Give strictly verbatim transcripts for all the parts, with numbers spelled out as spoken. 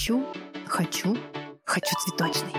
Хочу, хочу, хочу цветочный.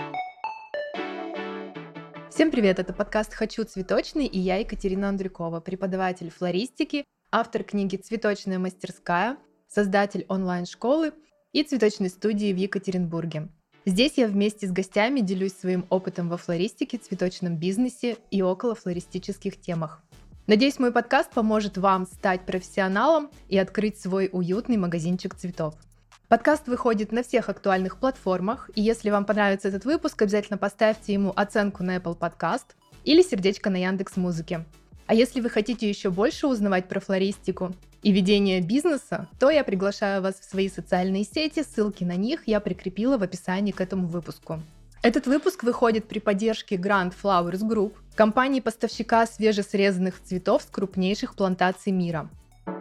Всем привет, это подкаст «Хочу цветочный» и я, Екатерина Андрюкова, преподаватель флористики, автор книги «Цветочная мастерская», создатель онлайн-школы и цветочной студии в Екатеринбурге. Здесь я вместе с гостями делюсь своим опытом во флористике, цветочном бизнесе и около флористических темах. Надеюсь, мой подкаст поможет вам стать профессионалом и открыть свой уютный магазинчик цветов. Подкаст выходит на всех актуальных платформах, и если вам понравится этот выпуск, обязательно поставьте ему оценку на Apple Podcast или сердечко на Яндекс.Музыке. А если вы хотите еще больше узнавать про флористику и ведение бизнеса, то я приглашаю вас в свои социальные сети, ссылки на них я прикрепила в описании к этому выпуску. Этот выпуск выходит при поддержке Grand Flowers Group, компании-поставщика свежесрезанных цветов с крупнейших плантаций мира.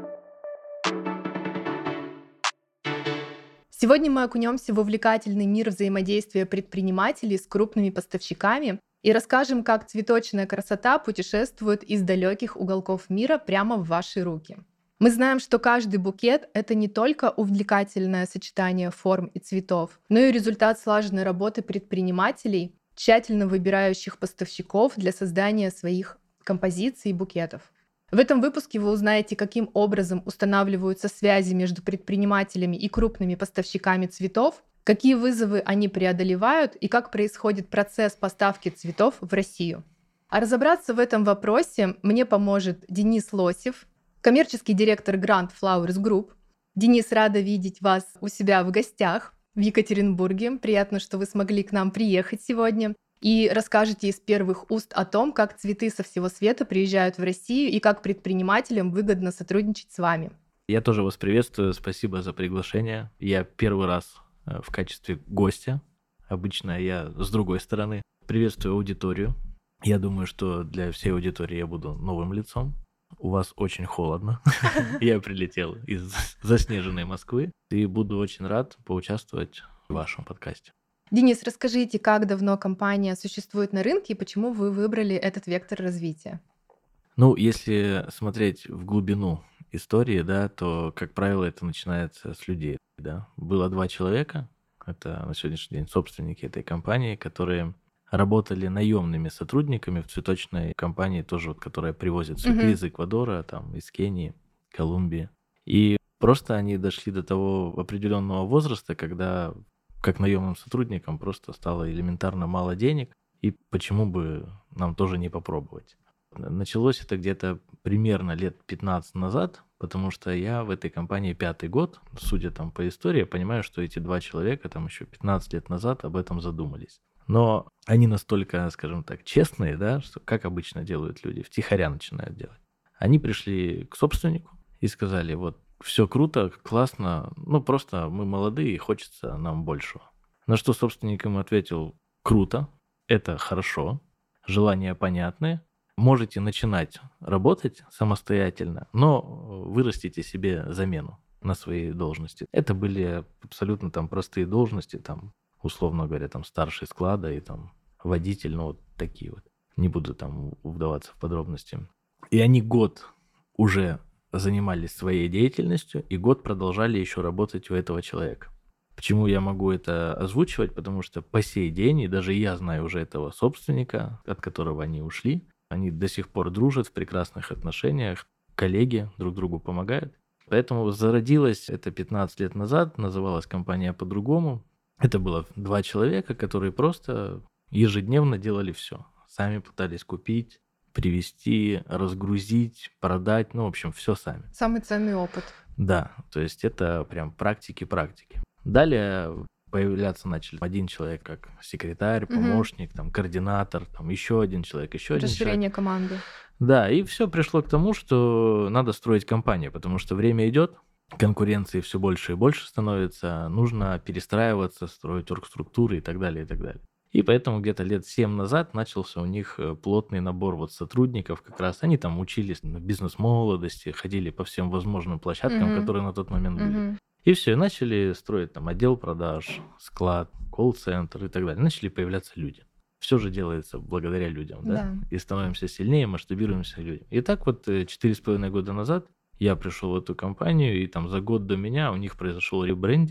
Сегодня мы окунемся в увлекательный мир взаимодействия предпринимателей с крупными поставщиками и расскажем, как цветочная красота путешествует из далеких уголков мира прямо в ваши руки. Мы знаем, что каждый букет — это не только увлекательное сочетание форм и цветов, но и результат слаженной работы предпринимателей, тщательно выбирающих поставщиков для создания своих композиций и букетов. В этом выпуске вы узнаете, каким образом устанавливаются связи между предпринимателями и крупными поставщиками цветов, какие вызовы они преодолевают и как происходит процесс поставки цветов в Россию. А разобраться в этом вопросе мне поможет Денис Лосев, коммерческий директор Grand Flowers Group. Денис, рада видеть вас у себя в гостях в Екатеринбурге. Приятно, что вы смогли к нам приехать сегодня. И расскажете из первых уст о том, как цветы со всего света приезжают в Россию и как предпринимателям выгодно сотрудничать с вами. Я тоже вас приветствую, спасибо за приглашение. Я первый раз в качестве гостя, обычно я с другой стороны. Приветствую аудиторию. Я думаю, что для всей аудитории я буду новым лицом. У вас очень холодно. Я прилетел из заснеженной Москвы и буду очень рад поучаствовать в вашем подкасте. Денис, расскажите, как давно компания существует на рынке и почему вы выбрали этот вектор развития? Ну, если смотреть в глубину истории, да, то, как правило, это начинается с людей. Да. Было два человека, это на сегодняшний день собственники этой компании, которые работали наемными сотрудниками в цветочной компании, тоже вот, которая привозит цветы uh-huh. из Эквадора, там, из Кении, Колумбии. И просто они дошли до того определенного возраста, когда как наемным сотрудникам просто стало элементарно мало денег, и почему бы нам тоже не попробовать. Началось это где-то примерно лет пятнадцать назад, потому что я в этой компании пятый год, судя там по истории, я понимаю, что эти два человека там еще пятнадцать лет назад об этом задумались. Но они настолько, скажем так, честные, да, что как обычно делают люди, втихаря начинают делать. Они пришли к собственнику и сказали, вот, все круто, классно, ну просто мы молодые и хочется нам большего. На что собственник ему ответил, круто, это хорошо, желания понятны, можете начинать работать самостоятельно, но вырастите себе замену на своей должности. Это были абсолютно там простые должности, там, условно говоря, там старший склада и там водитель, ну вот такие вот. Не буду там вдаваться в подробности. И они год уже занимались своей деятельностью и год продолжали еще работать у этого человека. Почему я могу это озвучивать? Потому что по сей день, и даже я знаю уже этого собственника, от которого они ушли, они до сих пор дружат в прекрасных отношениях, коллеги друг другу помогают. Поэтому зародилась это пятнадцать лет назад, называлась компания по-другому. Это было два человека, которые просто ежедневно делали все. Сами пытались купить, привезти, разгрузить, продать, ну, в общем, все сами. Самый ценный опыт. Да, то есть это прям практики-практики. Далее появляться начали один человек как секретарь, помощник, угу. там, координатор, там, еще один человек, еще один человек. Расширение команды. Да, и все пришло к тому, что надо строить компанию, потому что время идет, конкуренции все больше и больше становится, нужно перестраиваться, строить оргструктуры и так далее, и так далее. И поэтому где-то лет семь назад начался у них плотный набор вот сотрудников, как раз они там учились на бизнес-молодости, ходили по всем возможным площадкам, mm-hmm. которые на тот момент были. Mm-hmm. И все, и начали строить там отдел продаж, склад, колл-центр и так далее. Начали появляться люди. Все же делается благодаря людям, да? Да. И становимся сильнее, масштабируемся людям. И так вот четыре с половиной года назад я пришел в эту компанию, и там за год до меня у них произошел ребрендинг,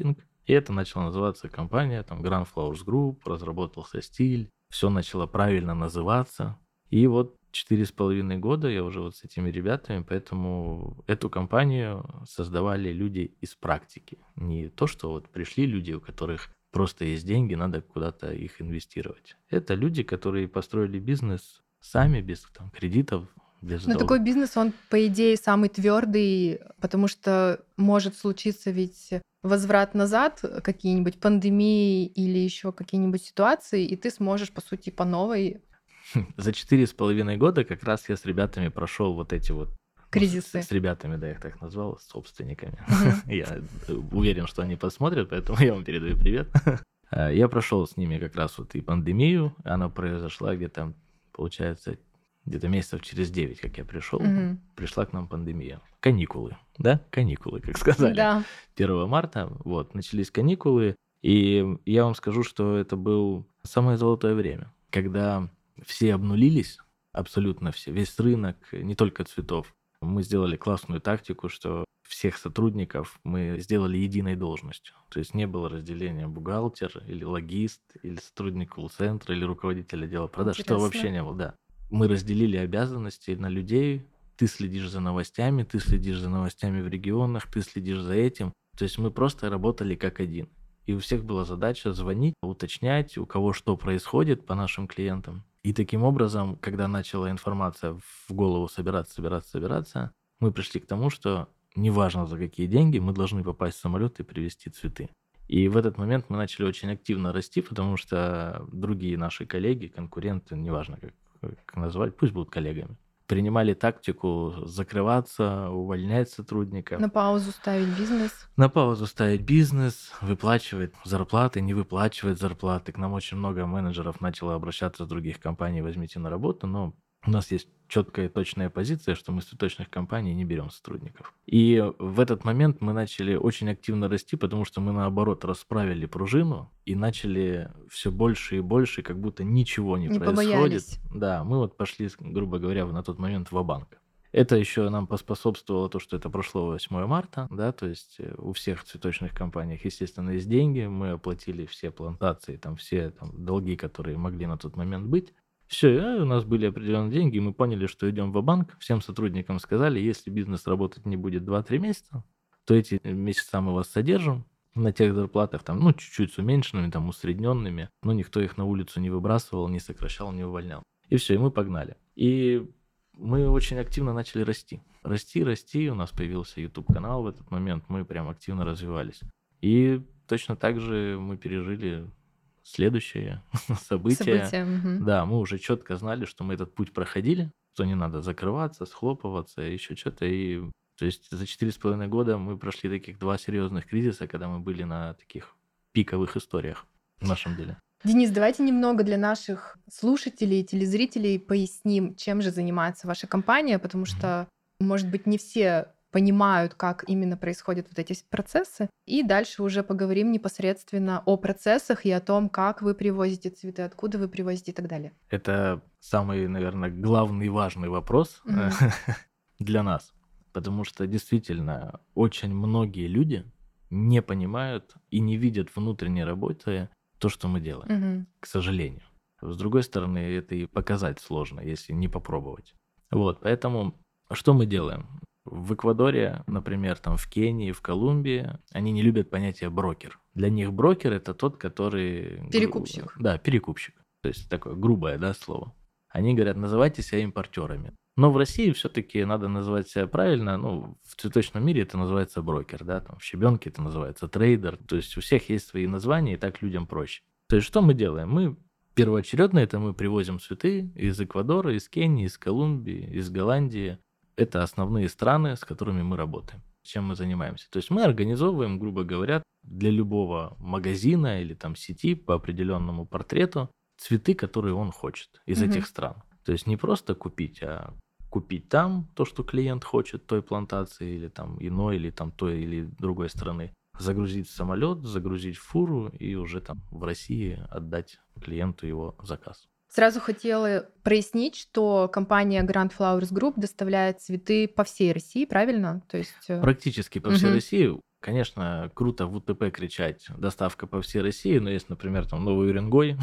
И это начала называться компания, там, Grand Flowers Group, разработался стиль, все начало правильно называться. И вот четыре с половиной года я уже вот с этими ребятами, поэтому эту компанию создавали люди из практики. Не то, что вот пришли люди, у которых просто есть деньги, надо куда-то их инвестировать. Это люди, которые построили бизнес сами, без там, кредитов, без Но долга. такой бизнес, он, по идее, самый твердый, потому что может случиться ведь возврат назад, какие-нибудь пандемии или еще какие-нибудь ситуации, и ты сможешь, по сути, по новой За четыре с половиной года как раз я с ребятами прошел вот эти вот... ну, с, кризисы. с ребятами, да, я их так назвал, с собственниками. Мгм. Я уверен, что они посмотрят, поэтому я вам передаю привет. А, Я прошел с ними как раз вот и пандемию. Она произошла где-то, получается, где-то месяцев через девять, как я пришел. Мгм. Пришла к нам пандемия. Каникулы, да? Каникулы, как сказали. Да. первого марта, вот, начались каникулы, и я вам скажу, что это было самое золотое время, когда все обнулились, абсолютно все, весь рынок, не только цветов. Мы сделали классную тактику, что всех сотрудников мы сделали единой должностью. То есть не было разделения бухгалтер или логист, или сотрудник колл-центра, или руководитель отдела продаж, что вообще Интересно. не было, да. Мы разделили обязанности на людей. Ты следишь за новостями, ты следишь за новостями в регионах, ты следишь за этим. То есть мы просто работали как один. И у всех была задача звонить, уточнять, у кого что происходит по нашим клиентам. И таким образом, когда начала информация в голову собираться, собираться, собираться, мы пришли к тому, что неважно за какие деньги, мы должны попасть в самолет и привезти цветы. И в этот момент мы начали очень активно расти, потому что другие наши коллеги, конкуренты, неважно как, как назвать, пусть будут коллегами, принимали тактику закрываться, увольнять сотрудников, На паузу ставить бизнес. на паузу ставить бизнес, выплачивать зарплаты, не выплачивать зарплаты. К нам очень много менеджеров начало обращаться с других компаний, возьмите на работу, но у нас есть четкая и точная позиция, что мы с цветочных компаний не берем сотрудников. И в этот момент мы начали очень активно расти, потому что мы, наоборот, расправили пружину и начали все больше и больше, как будто ничего не Не происходит. побоялись. Да, мы вот пошли, грубо говоря, на тот момент ва-банк. Это еще нам поспособствовало то, что это прошло восьмое марта, да, то есть э, у всех цветочных компаниях, естественно, есть деньги, мы оплатили все плантации, там все там, долги, которые могли на тот момент быть. Все, у нас были определенные деньги, и мы поняли, что идем в банк. Всем сотрудникам сказали, если бизнес работать не будет два-три месяца, то эти месяца мы вас содержим на тех зарплатах, там, ну, чуть-чуть с уменьшенными, там, усредненными, но никто их на улицу не выбрасывал, не сокращал, не увольнял. И все, и мы погнали. И мы очень активно начали расти. Расти, расти, у нас появился YouTube-канал в этот момент, мы прям активно развивались. И точно так же мы пережили следующее событие. События. Мгм. Да, мы уже четко знали, что мы этот путь проходили, что не надо закрываться, схлопываться, еще что-то. И то есть за четыре с половиной года мы прошли таких два серьезных кризиса, когда мы были на таких пиковых историях в нашем деле. Денис, давайте немного для наших слушателей и телезрителей поясним, чем же занимается ваша компания, потому Мгм. что, может быть, не все понимают, как именно происходят вот эти процессы. И дальше уже поговорим непосредственно о процессах и о том, как вы привозите цветы, откуда вы привозите и так далее. Это самый, наверное, главный важный вопрос э, Мгм. для нас, потому что действительно очень многие люди не понимают и не видят внутренней работы то, что мы делаем, Мгм. к сожалению. С другой стороны, это и показать сложно, если не попробовать. Вот, поэтому что мы делаем? В Эквадоре, например, там в Кении, в Колумбии, они не любят понятие брокер. Для них брокер это тот, который... гру- Перекупщик. Да, перекупщик. То есть такое грубое, да, слово. Они говорят, называйте себя импортерами. Но в России все-таки надо называть себя правильно. Ну, в цветочном мире это называется брокер, да, там в щебенке это называется трейдер. То есть у всех есть свои названия, и так людям проще. То есть что мы делаем? Мы первоочередно это мы привозим цветы из Эквадора, из Кении, из Колумбии, из Голландии. Это основные страны, с которыми мы работаем. Чем мы занимаемся? То есть мы организовываем, грубо говоря, для любого магазина или там сети по определенному портрету цветы, которые он хочет из Мгм. этих стран. То есть не просто купить, а купить там то, что клиент хочет, той плантации или там иной, или там той или другой страны. Загрузить в самолет, загрузить в фуру и уже там в России отдать клиенту его заказ. Сразу хотела прояснить, что компания Grand Flowers Group доставляет цветы по всей России, правильно? То есть... э, Практически по всей Мгм. России. Конечно, круто в УТП кричать «доставка по всей России», но есть, например, там Новый Уренгой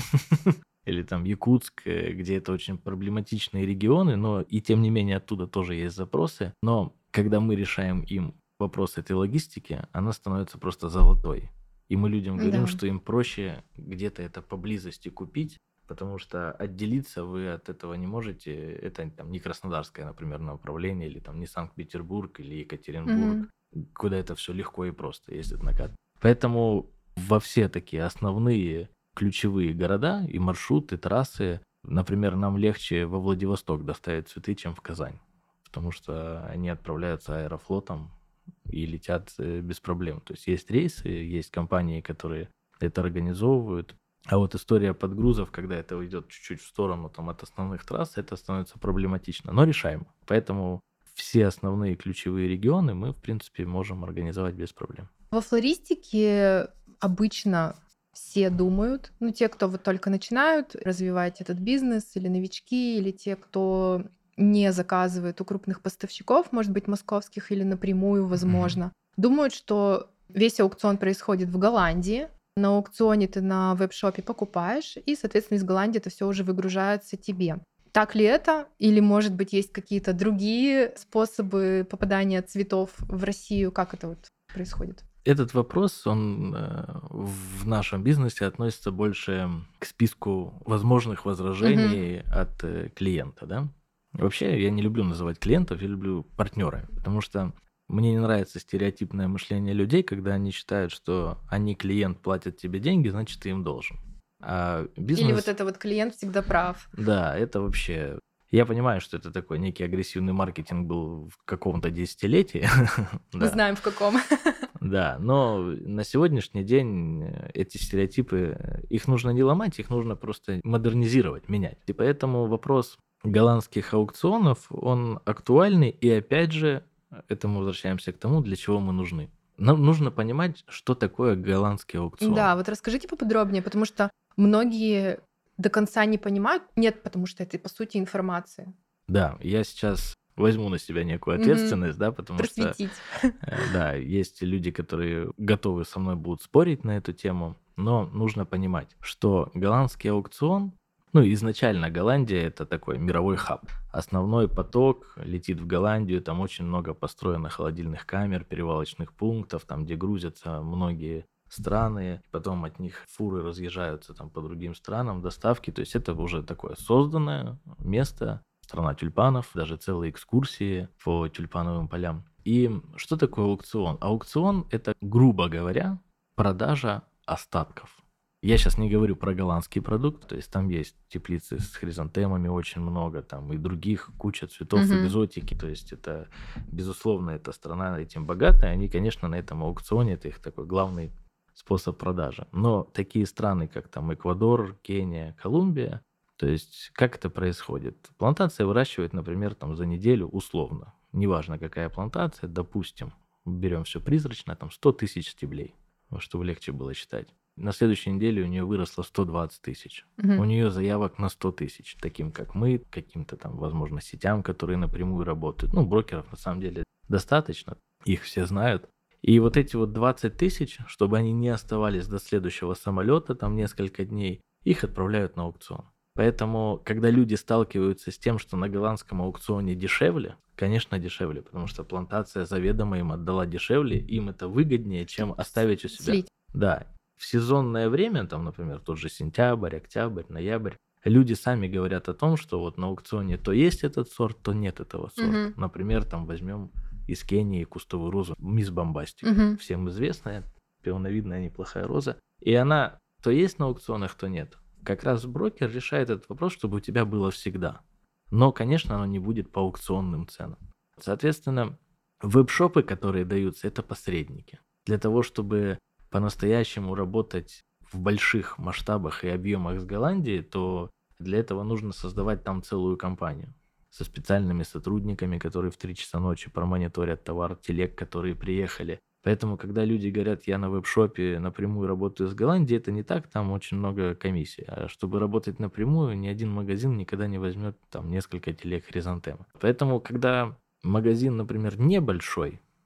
или там Якутск, э, где это очень проблематичные регионы, но и тем не менее оттуда тоже есть запросы. Но когда мы решаем им вопрос этой логистики, она становится просто золотой. И мы людям говорим, Да. что им проще где-то это поблизости купить, потому что отделиться вы от этого не можете. Это там не Краснодарское, например, направление, или там не Санкт-Петербург, или Екатеринбург, Мгм. куда это все легко и просто ездят на кат. Поэтому во все такие основные ключевые города и маршруты, трассы, например, нам легче во Владивосток доставить цветы, чем в Казань, потому что они отправляются аэрофлотом и летят э, без проблем. То есть есть рейсы, есть компании, которые это организовывают. А вот история подгрузов, когда это уйдет чуть-чуть в сторону там, от основных трасс, это становится проблематично, но решаемо. Поэтому все основные ключевые регионы мы, в принципе, можем организовать без проблем. Во флористике обычно все думают, ну, те, кто вот только начинают развивать этот бизнес, или новички, или те, кто не заказывает у крупных поставщиков, может быть, московских или напрямую, возможно, думают, что весь аукцион происходит в Голландии. На аукционе ты на веб-шопе покупаешь, и, соответственно, из Голландии это все уже выгружается тебе. Так ли это? Или, может быть, есть какие-то другие способы попадания цветов в Россию? Как это вот происходит? Этот вопрос, он э, в нашем бизнесе относится больше к списку возможных Мгм. возражений от э, клиента, да? Вообще, я не люблю называть клиентов, я люблю партнера, потому что мне не нравится стереотипное мышление людей, когда они считают, что они, клиент, платят тебе деньги, значит, ты им должен. А Или вот бизнес, это вот клиент всегда прав. да, это вообще... Я понимаю, что это такой некий агрессивный маркетинг был в каком-то десятилетии, Мы да, знаем в каком. да, но на сегодняшний день э, эти стереотипы, э, их нужно не ломать, их нужно просто модернизировать, менять. И поэтому вопрос голландских аукционов, он актуальный, и опять же, это мы возвращаемся к тому, для чего мы нужны. Нам нужно понимать, что такое голландский аукцион. Да, вот расскажите поподробнее, потому что многие до конца не понимают. Нет, потому что это, по сути, информация. Да, я сейчас возьму на себя некую Мгм. ответственность, да, потому что, Просветить. э, да, есть люди, которые готовы со мной будут спорить на эту тему, но нужно понимать, что голландский аукцион, ну, изначально Голландия – это такой мировой хаб. Основной поток летит в Голландию, там очень много построено холодильных камер, перевалочных пунктов, там, где грузятся многие страны, потом от них фуры разъезжаются там по другим странам, доставки, то есть это уже такое созданное место, страна тюльпанов, даже целые экскурсии по тюльпановым полям. И что такое аукцион? Аукцион – это, грубо говоря, продажа остатков. Я сейчас не говорю про голландский продукт, то есть там есть теплицы с хризантемами очень много, там и других куча цветов, Мгм. экзотики, то есть это, безусловно, эта страна этим богатая, они, конечно, на этом аукционе, это их такой главный способ продажи. Но такие страны, как там Эквадор, Кения, Колумбия, то есть как это происходит? Плантация выращивает, например, там за неделю условно, неважно какая плантация, допустим, берем все призрачно, там сто тысяч стеблей, вот чтобы легче было считать. На следующей неделе у нее выросло сто двадцать тысяч. У Мгм. нее заявок на сто тысяч, таким как мы, каким-то там, возможно, сетям, которые напрямую работают. Ну, брокеров на самом деле достаточно, их все знают. И вот эти вот двадцать тысяч, чтобы они не оставались до следующего самолета, там несколько дней, их отправляют на аукцион. Поэтому, когда люди сталкиваются с тем, что на голландском аукционе дешевле, конечно, дешевле, потому что плантация заведомо им отдала дешевле, им это выгоднее, чем оставить у себя. Слить. Да, в сезонное время, там, например, тот же сентябрь, октябрь, ноябрь, люди сами говорят о том, что вот на аукционе то есть этот сорт, то нет этого сорта. Мгм. Например, там возьмем из Кении кустовую розу Мисс Бомбастик. Мгм. Всем известная, пионовидная неплохая роза. И она то есть на аукционах, то нет. Как раз брокер решает этот вопрос, чтобы у тебя было всегда. Но, конечно, оно не будет по аукционным ценам. Соответственно, веб-шопы, которые даются, это посредники. Для того, чтобы по-настоящему работать в больших масштабах и объемах с Голландией, то для этого нужно создавать там целую компанию со специальными сотрудниками, которые в три часа ночи промониторят товар, телег, которые приехали. Поэтому, когда люди говорят, я на веб-шопе напрямую работаю с Голландией, это не так, там очень много комиссий. А чтобы работать напрямую, ни один магазин никогда не возьмет там несколько телег хризантем. Поэтому, когда магазин, например, небольшой,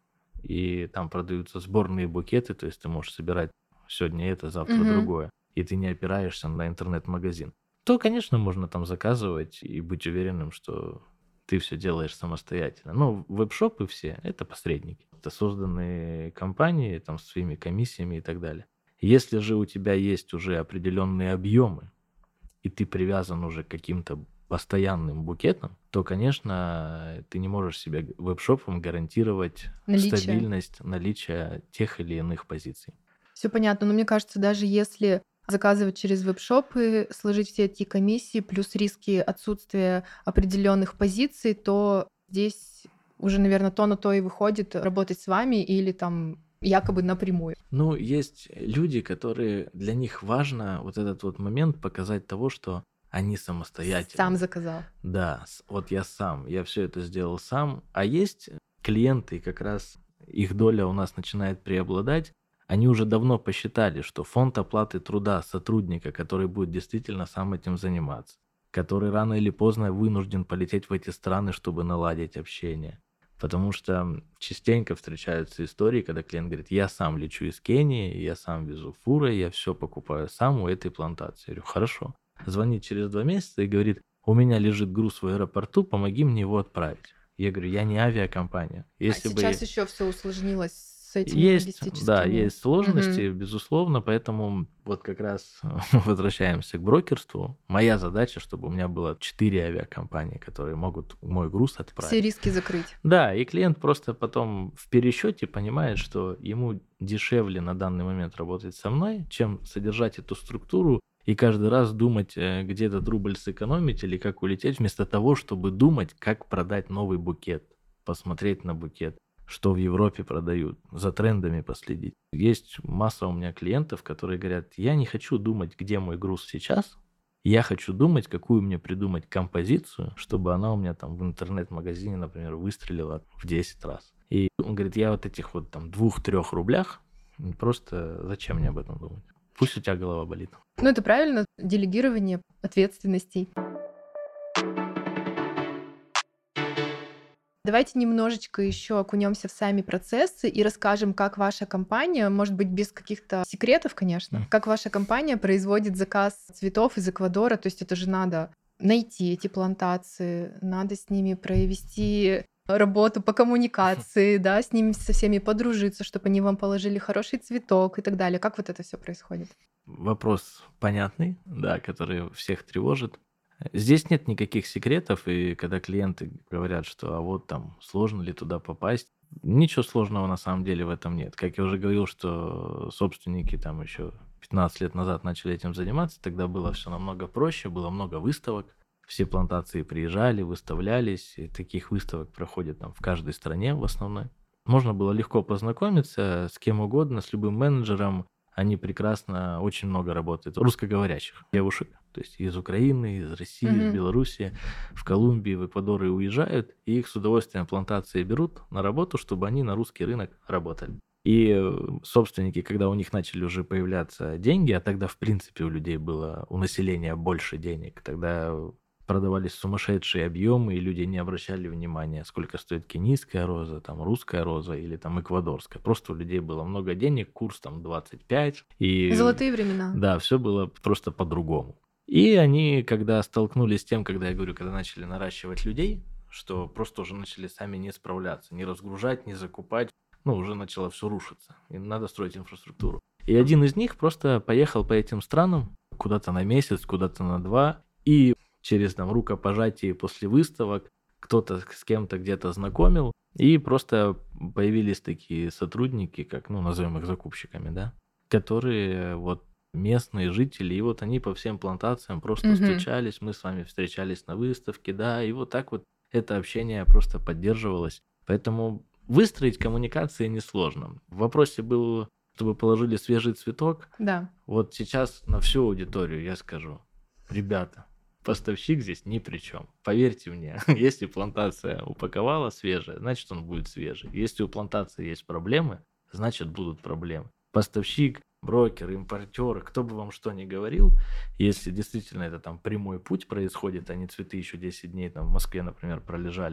и там продаются сборные букеты, то есть ты можешь собирать сегодня это, завтра Мгм. другое, и ты не опираешься на интернет-магазин, то, конечно, можно там заказывать и быть уверенным, что ты все делаешь самостоятельно. Но веб-шопы все– это посредники. Это созданные компании там, с своими комиссиями и так далее. Если же у тебя есть уже определенные объемы, и ты привязан уже к каким-то постоянным букетам, то, конечно, ты не можешь себе г- веб-шопом гарантировать Наличие. стабильность наличия тех или иных позиций. Все понятно, но мне кажется, даже если заказывать через веб-шопы, сложить все эти комиссии, плюс риски отсутствия определенных позиций, то здесь уже, наверное, то на то и выходит работать с вами или там якобы напрямую. Ну, есть люди, которые для них важно вот этот вот момент показать того, что они Сам самостоятельные. заказал. Да, с- вот я сам, я все это сделал сам. А есть клиенты, как раз их доля у нас начинает преобладать. Они уже давно посчитали, что фонд оплаты труда сотрудника, который будет действительно сам этим заниматься, который рано или поздно вынужден полететь в эти страны, чтобы наладить общение. Потому что частенько встречаются истории, когда клиент говорит, я сам лечу из Кении, я сам везу фурой, я все покупаю сам у этой плантации. Я говорю, хорошо. Звонит через два месяца и говорит, у меня лежит груз в аэропорту, помоги мне его отправить. Я говорю, я не авиакомпания. А Если сейчас бы еще все усложнилось с этими есть, да, логистическими. есть сложности, безусловно, поэтому вот как раз возвращаемся к брокерству. Моя задача, чтобы у меня было четыре авиакомпании, которые могут мой груз Все отправить. риски закрыть. Да, и клиент просто потом в пересчете понимает, что ему дешевле на данный момент работать со мной, чем содержать эту структуру и каждый раз думать, э, где этот рубль сэкономить или как улететь, вместо того, чтобы думать, как продать новый букет, посмотреть на букет, что в Европе продают, за трендами последить. Есть масса у меня клиентов, которые говорят, я не хочу думать, где мой груз сейчас, я хочу думать, какую мне придумать композицию, чтобы она у меня там в интернет-магазине, например, выстрелила в десять раз. И он говорит, я вот этих вот там двух-трех рублях, м, просто зачем мне об этом думать? Пусть у тебя голова болит. Ну, это правильно, делегирование ответственностей. Давайте немножечко еще окунемся в сами процессы и расскажем, как ваша компания, может быть, без каких-то секретов, конечно, М. как ваша компания производит заказ цветов из Эквадора. То есть это же надо найти эти плантации, надо с ними провести работу по коммуникации, да, с ними со всеми подружиться, чтобы они вам положили хороший цветок и так далее. Как вот это все происходит? Вопрос понятный, да, который всех тревожит. Здесь нет никаких секретов, и когда клиенты говорят, что а вот там сложно ли туда попасть, ничего сложного на самом деле в этом нет. Как я уже говорил, что собственники там еще пятнадцать лет назад начали этим заниматься, тогда было все намного проще, было много выставок, все плантации приезжали, выставлялись, и таких выставок проходит там в каждой стране в основной. Можно было легко познакомиться с кем угодно, с любым менеджером. Они прекрасно, очень много работают русскоговорящих девушек, то есть из Украины, из России, из Мгм. Беларуси, в Колумбии, в Эквадор и уезжают, и их с удовольствием плантации берут на работу, чтобы они на русский рынок работали. И э, собственники, когда у них начали уже появляться деньги, а тогда, в принципе, у людей было, у населения больше денег, тогда продавались сумасшедшие объемы, и люди не обращали внимания, сколько стоит кенийская роза, там русская роза или там эквадорская. Просто у людей было много денег, курс там двадцать пять, и Золотые времена. да, все было просто по-другому. И они, когда столкнулись с тем, когда я говорю, когда начали наращивать людей, что просто уже начали сами не справляться, не разгружать, не закупать, ну, уже начало все рушиться, и надо строить инфраструктуру. И один из них просто поехал по этим странам куда-то на месяц, куда-то на два, и через там рукопожатие после выставок кто-то с кем-то где-то знакомил, и просто появились такие сотрудники, как, ну, назовем их закупщиками, да, которые вот местные жители, и вот они по всем плантациям просто Мгм. стучались, мы с вами встречались на выставке, да, и вот так вот это общение просто поддерживалось. Поэтому выстроить коммуникации несложно. В вопросе был, чтобы положили свежий цветок. Да. Вот сейчас на всю аудиторию я скажу, ребята, поставщик здесь ни при чем. Поверьте мне, если плантация упаковала свежее, значит он будет свежий. Если у плантации есть проблемы, значит будут проблемы. Поставщик, брокер, импортер, кто бы вам что ни говорил, если действительно это там прямой путь происходит, а не цветы еще десять дней там в Москве, например, пролежали,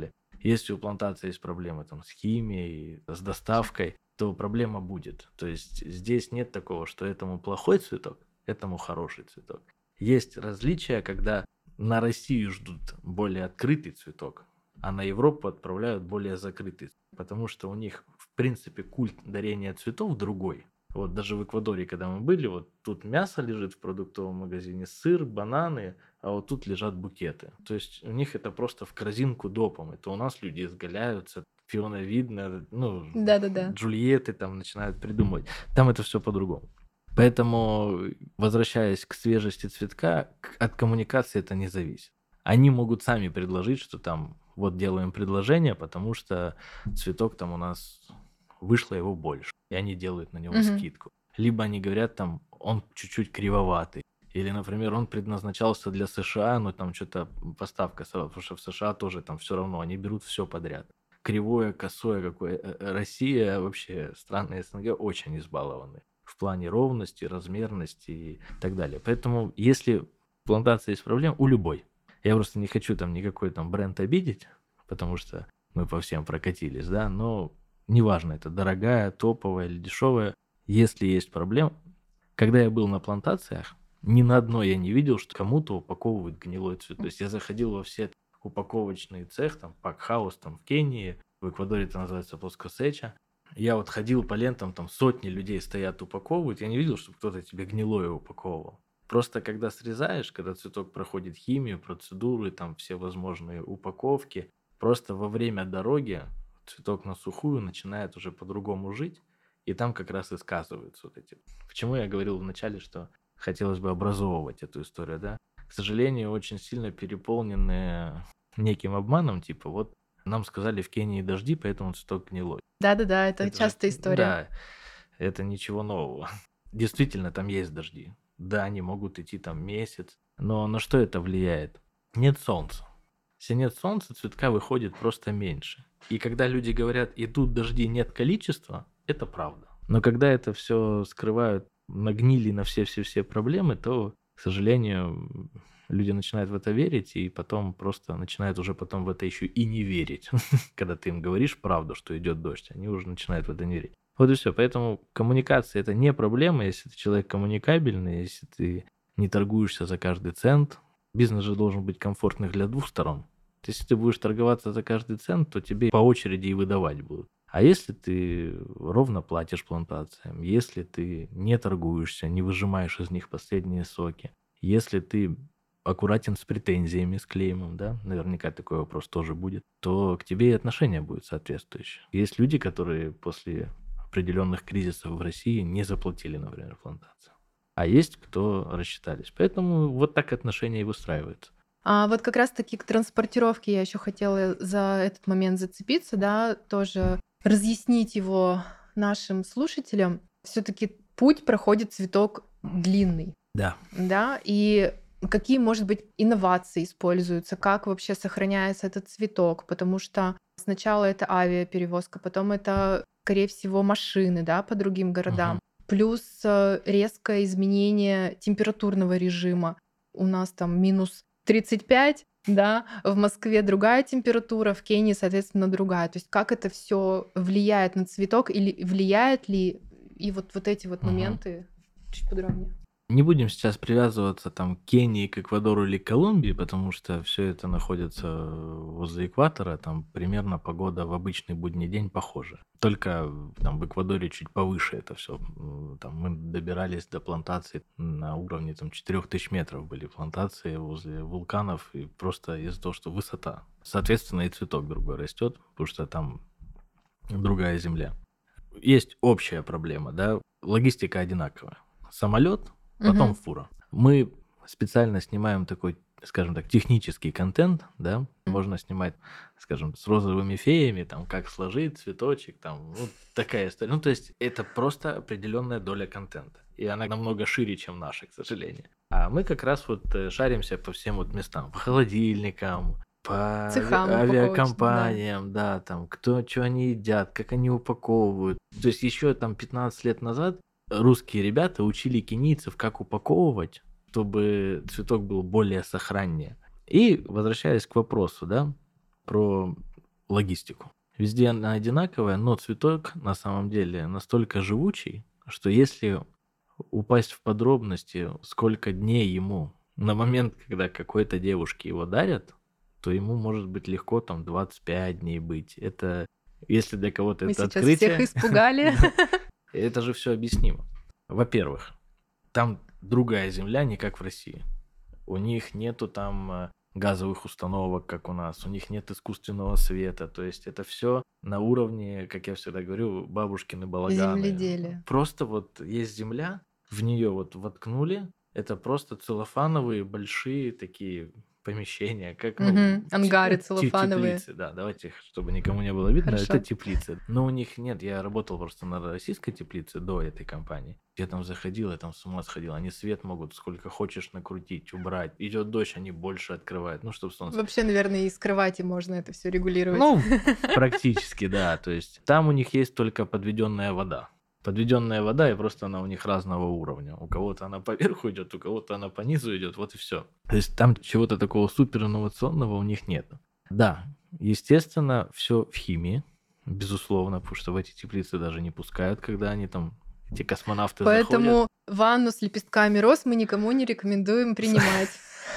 Если у плантации есть проблемы там, с химией, с доставкой, то проблема будет. То есть здесь нет такого, что этому плохой цветок, этому хороший цветок. Есть различия, когда на Россию ждут более открытый цветок, а на Европу отправляют более закрытый. Потому что у них, в принципе, культ дарения цветов другой. Вот даже в Эквадоре, когда мы были, вот тут мясо лежит в продуктовом магазине, сыр, бананы, а вот тут лежат букеты. То есть у них это просто в корзинку допом. Это у нас люди изгаляются, Фиона видно, ну, Да-да-да. Джульетты там начинают придумывать. Там это все по-другому. Поэтому, возвращаясь к свежести цветка, к- от коммуникации это не зависит. Они могут сами предложить, что там вот делаем предложение, потому что цветок там у нас вышло его больше, и они делают на него Мгм. скидку. Либо они говорят там, он чуть-чуть кривоватый. Или, например, он предназначался для США, но там что-то поставка, сразу, потому что в США тоже там все равно, они берут все подряд. Кривое, косое какое. Э, э, Россия, вообще страны СНГ очень избалованы в плане ровности, размерности и так далее. Поэтому, если в плантации есть проблема, у любой. Я просто не хочу там никакой там бренд обидеть, потому что мы по всем прокатились, да, но неважно, это дорогая, топовая или дешевая, если есть проблема. Когда я был на плантациях, ни на одной я не видел, что кому-то упаковывают гнилой цвет. То есть я заходил во все упаковочные цех, там, пакхаус, там, в Кении, в Эквадоре это называется плоскосеча. Я вот ходил по лентам, там сотни людей стоят, упаковывают, я не видел, чтобы кто-то тебе гнилое упаковывал. Просто когда срезаешь, когда цветок проходит химию, процедуры, там все возможные упаковки, просто во время дороги цветок на сухую начинает уже по-другому жить, и там как раз и сказываются вот эти. Почему я говорил вначале, что хотелось бы образовывать эту историю, да? К сожалению, очень сильно переполнены неким обманом, типа вот нам сказали в Кении дожди, поэтому цветок гнилой. Да-да-да, это Это же, частая история. да, это ничего нового. Действительно, там есть дожди. Да, они могут идти там месяц, но на что это влияет? Нет солнца. Если нет солнца, цветка выходит просто меньше. И когда люди говорят, идут дожди, нет количества, это правда. Но когда это все скрывают, нагнили на все-все-все проблемы, то, к сожалению, люди начинают в это верить, и потом просто начинают уже потом в это еще и не верить. Когда ты им говоришь правду, что идет дождь, они уже начинают в это не верить. Вот и все. Поэтому коммуникация это не проблема, если ты человек коммуникабельный, если ты не торгуешься за каждый цент. Бизнес же должен быть комфортный для двух сторон. Если ты будешь торговаться за каждый цент, то тебе по очереди и выдавать будут. А если ты ровно платишь плантациям, если ты не торгуешься, не выжимаешь из них последние соки, если ты аккуратен с претензиями, с клеймом, да, наверняка такой вопрос тоже будет, то к тебе и отношение будет соответствующее. Есть люди, которые после определенных кризисов в России не заплатили, например, плантацию. А есть кто рассчитались. Поэтому вот так отношения и выстраиваются. А вот как раз-таки к транспортировке я еще хотела за этот момент зацепиться, да, тоже разъяснить его нашим слушателям. Все-таки путь проходит цветок длинный, Да. да, и какие, может быть, инновации используются, как вообще сохраняется этот цветок, потому что сначала это авиаперевозка, потом это, скорее всего, машины, да, по другим городам, Мгм. плюс э, резкое изменение температурного режима. У нас там минус тридцать пять, да, в Москве другая температура, в Кении, соответственно, другая. То есть как это все влияет на цветок или влияет ли, и вот, вот эти вот Мгм. моменты чуть подробнее. Не будем сейчас привязываться там к Кении, к Эквадору или Колумбии, потому что все это находится возле экватора, там примерно погода в обычный будний день похожа. Только там в Эквадоре чуть повыше это все. Там мы добирались до плантаций на уровне там четырех тысяч метров были плантации возле вулканов, и просто из-за того, что высота. Соответственно, и цветок другой растет, потому что там другая земля. Есть общая проблема, да, логистика одинаковая. Самолет, потом Мгм. фура. Мы специально снимаем такой, скажем так, технический контент, да, можно снимать, скажем, с розовыми феями, там, как сложить цветочек, там, ну, такая история. Ну, то есть это просто определенная доля контента. И она намного шире, чем наша, к сожалению. А мы как раз вот э, шаримся по всем вот местам, по холодильникам, по Цехам ави- упаковочным, да. авиакомпаниям, да, там, кто что они едят, как они упаковывают. То есть еще там пятнадцать лет назад русские ребята учили кенийцев, как упаковывать, чтобы цветок был более сохраннее. И возвращаясь к вопросу, да, про логистику. Везде она одинаковая, но цветок на самом деле настолько живучий, что если упасть в подробности, сколько дней ему на момент, когда какой-то девушке его дарят, то ему может быть легко там двадцать пять дней быть. Это, если для кого-то Мы это сейчас всех открытие, испугали. это же все объяснимо. Во-первых, там другая земля, не как в России. У них нету там э, газовых установок, как у нас, у них нет искусственного света, то есть это все на уровне, как я всегда говорю, бабушкины балаганы. Земледелие. Просто вот есть земля, в нее вот воткнули, это просто целлофановые большие такие помещения, как ну, Мгм. Ангары те- те- целлофановые. теплицы, да, давайте, чтобы никому не было видно, это Хорошо. теплицы. Но у них нет, я работал просто на российской теплице до этой компании. Я там заходил, я там с ума сходил. Они свет могут сколько хочешь накрутить, убрать. Идет дождь, они больше открывают, ну, чтобы солнце. Вообще, наверное, и с кровати можно это все регулировать. Ну, практически, да. То есть там у них есть только подведенная вода. Подведенная вода, и просто она у них разного уровня. У кого-то она поверху идет, у кого-то она по низу идет, вот и все. То есть там чего-то такого супер инновационного у них нет. Да, естественно, все в химии, безусловно, потому что в эти теплицы даже не пускают, когда они там, эти космонавты заходят. Поэтому ванну с лепестками роз мы никому не рекомендуем принимать.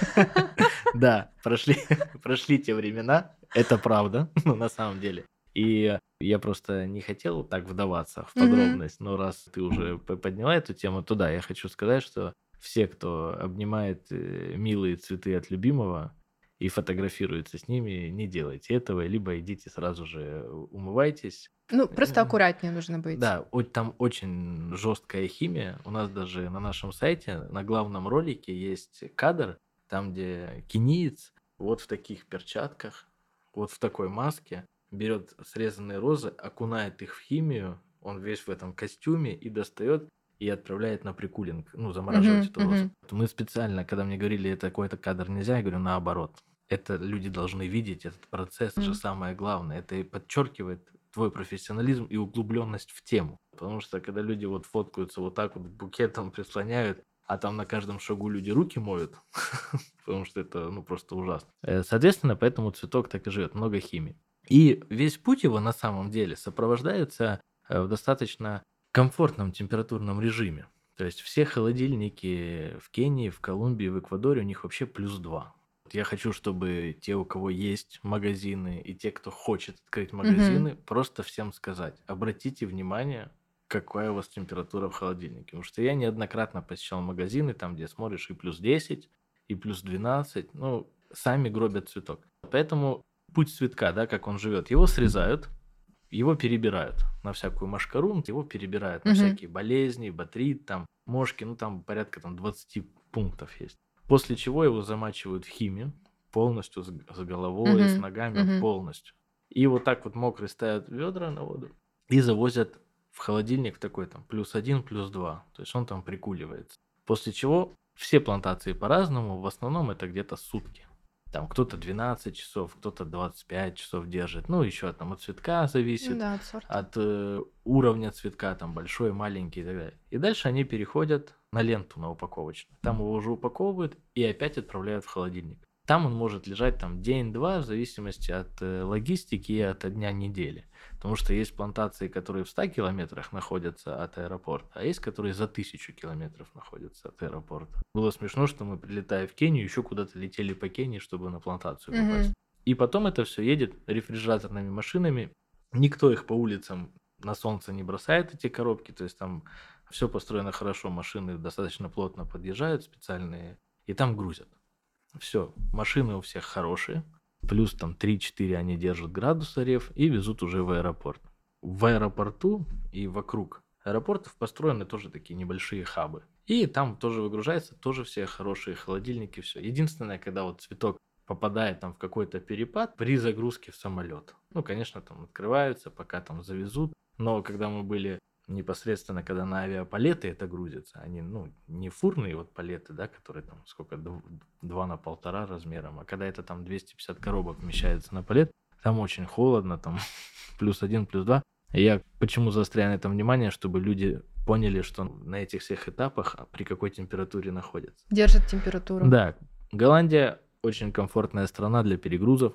Да, прошли, прошли те времена, это правда, ну, на самом деле. И я просто не хотел так вдаваться в Мгм. подробность, но раз ты уже п- подняла эту тему, то да, я хочу сказать, что все, кто обнимает э, милые цветы от любимого и фотографируется с ними, не делайте этого, либо идите сразу же умывайтесь. Ну, просто Э, аккуратнее нужно быть. Да, о- там очень жесткая химия. У нас даже на нашем сайте, на главном ролике есть кадр, там, где кениец вот в таких перчатках, вот в такой маске, берет срезанные розы, окунает их в химию, он весь в этом костюме и достает и отправляет на прикулинг, ну, замораживать Мгм, эту розу. мгм. Мы специально, когда мне говорили, это какой-то кадр нельзя, я говорю, наоборот. Это люди должны видеть этот процесс, это же Мгм. самое главное. Это и подчеркивает твой профессионализм и углубленность в тему. Потому что когда люди вот фоткаются вот так вот букетом прислоняют, а там на каждом шагу люди руки моют, потому что это ну просто ужасно. Э, Соответственно, поэтому цветок так и живет, много химии. И весь путь его на самом деле сопровождается э, в достаточно комфортном температурном режиме. То есть все холодильники в Кении, в Колумбии, в Эквадоре у них вообще плюс два. Вот я хочу, чтобы те, у кого есть магазины, и те, кто хочет открыть Мгм. магазины, просто всем сказать, обратите внимание, какая у вас температура в холодильнике. Потому что я неоднократно посещал магазины, там, где смотришь и плюс десять, и плюс двенадцать, ну, сами гробят цветок. Поэтому путь цветка, да, как он живет, его срезают, его перебирают на всякую машкару, его перебирают на Мгм. всякие болезни, батрит, там, мошки, ну там порядка там двадцать пунктов есть. После чего его замачивают в химию полностью с, с головой, с Мгм. ногами Мгм. полностью. И вот так вот мокрый ставят ведра на воду и завозят в холодильник такой там плюс один, плюс два. То есть он там прикуливается. После чего все плантации по-разному, в основном это где-то сутки. Там кто-то двенадцать часов, кто-то двадцать пять часов держит. Ну, еще там от цветка Ну зависит, да, от сорта. от э, уровня цветка, там большой, маленький и так далее. И дальше они переходят на ленту, на упаковочную. Там его уже упаковывают и опять отправляют в холодильник. Там он может лежать там день-два в зависимости от э, логистики и от дня недели. Потому что есть плантации, которые в ста километрах находятся от аэропорта, а есть, которые за тысячу километров находятся от аэропорта. Было смешно, что мы, прилетая в Кению, еще куда-то летели по Кении, чтобы на плантацию попасть. Мгм. И потом это все едет рефрижераторными машинами. Никто их по улицам на солнце не бросает, эти коробки. То есть там все построено хорошо, машины достаточно плотно подъезжают специальные, и там грузят. Все, машины у всех хорошие. Плюс там три-четыре они держат градуса реф и везут уже в аэропорт. В аэропорту и вокруг аэропортов построены тоже такие небольшие хабы. И там тоже выгружается, тоже все хорошие холодильники, все. Единственное, когда вот цветок попадает там в какой-то перепад при загрузке в самолет. Ну, конечно, там открываются, пока там завезут. Но когда мы были непосредственно, когда на авиапалеты это грузится, они, ну, не фурные вот палеты, да, которые там сколько, два на полтора размером, а когда это там двести пятьдесят коробок вмещается на палет, там очень холодно, там плюс один, плюс два. И я почему заостряю на этом внимание, чтобы люди поняли, что на этих всех этапах при какой температуре находятся. Держит температуру. Да, Голландия очень комфортная страна для перегрузов.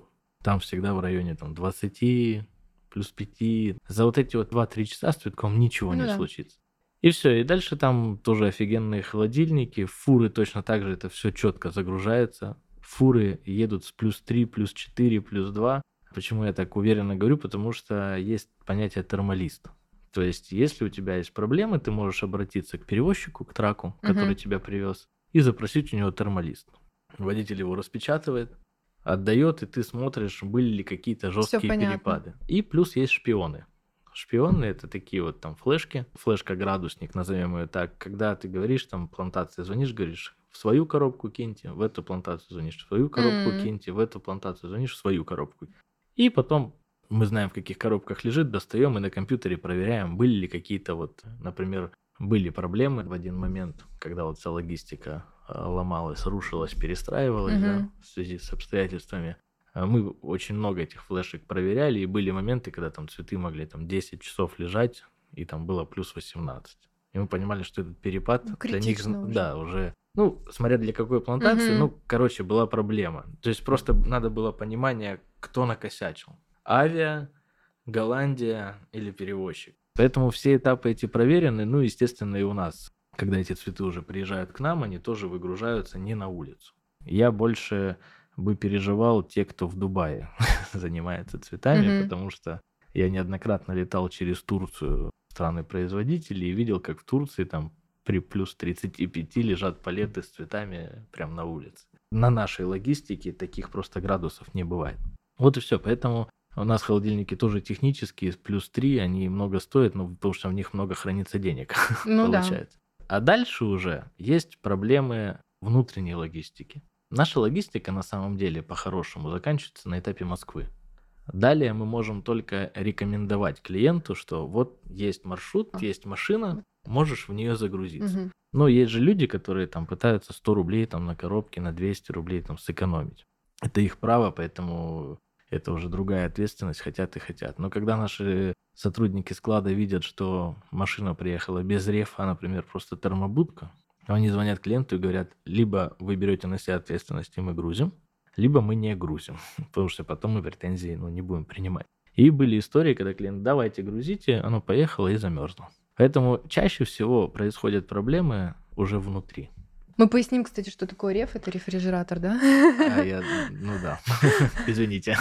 там всегда в районе там, двадцати, плюс пяти. За вот эти вот два-три часа с цветком ничего Ну не да. случится. И все, и дальше там тоже офигенные холодильники, фуры точно так же, это все четко загружается. Фуры едут с плюс три, плюс четыре, плюс два. Почему я так уверенно говорю? Потому что есть понятие термолист. То есть, если у тебя есть проблемы, ты можешь обратиться к перевозчику, к траку, который Мгм. тебя привез, и запросить у него термолист. Водитель его распечатывает, отдает, и ты смотришь, были ли какие-то Все жесткие понятно. перепады. И плюс есть шпионы. Шпионы это такие вот там флешки, флешка-градусник, назовем ее так. Когда ты говоришь, там, плантации звонишь, говоришь, в свою коробку киньте, в эту плантацию звонишь, в свою коробку М. киньте, в эту плантацию звонишь, в свою коробку. И потом мы знаем, в каких коробках лежит, достаем и на компьютере проверяем, были ли какие-то вот, например, были проблемы в один момент, когда вот вся логистика а, ломалась, рушилась, перестраивалась, да, Мгм. в связи с обстоятельствами. А Мы очень много этих флешек проверяли, и были моменты, когда там цветы могли там десять часов лежать, и там было плюс восемнадцать. И мы понимали, что этот перепад Ну, для них, критично зн- уже. да, уже, ну, смотря для какой плантации, Мгм. ну, короче, была проблема. То есть просто надо было понимание, кто накосячил. Авиа, Голландия или перевозчик. Поэтому все этапы эти проверены, ну, естественно, и у нас. Когда эти цветы уже приезжают к нам, они тоже выгружаются не на улицу. Я больше бы переживал те, кто в Дубае занимается цветами, Мгм. потому что я неоднократно летал через Турцию, страны-производители, и видел, как в Турции там при плюс тридцати пяти лежат палеты с цветами прямо на улице. На нашей логистике таких просто градусов не бывает. Вот и все. Поэтому у нас холодильники тоже технические, плюс три, они много стоят, ну, потому что в них много хранится денег, Ну да. получается. А дальше уже есть проблемы внутренней логистики. Наша логистика на самом деле по-хорошему заканчивается на этапе Москвы. Далее мы можем только рекомендовать клиенту, что вот есть маршрут, А. есть машина, можешь в нее загрузиться. Мгм. Но есть же люди, которые там пытаются сто рублей там на коробке, на двести рублей там сэкономить. Это их право, поэтому это уже другая ответственность, хотят и хотят. Но когда наши сотрудники склада видят, что машина приехала без рефа, а, например, просто термобудка, они звонят клиенту и говорят, либо вы берете на себя ответственность, и мы грузим, либо мы не грузим, потому что потом мы претензии ну, не будем принимать. И были истории, когда клиент, давайте грузите, оно поехало и замерзло. Поэтому чаще всего происходят проблемы уже внутри. Мы поясним, кстати, что такое реф. Это рефрижератор, да? А я, ну да, извините.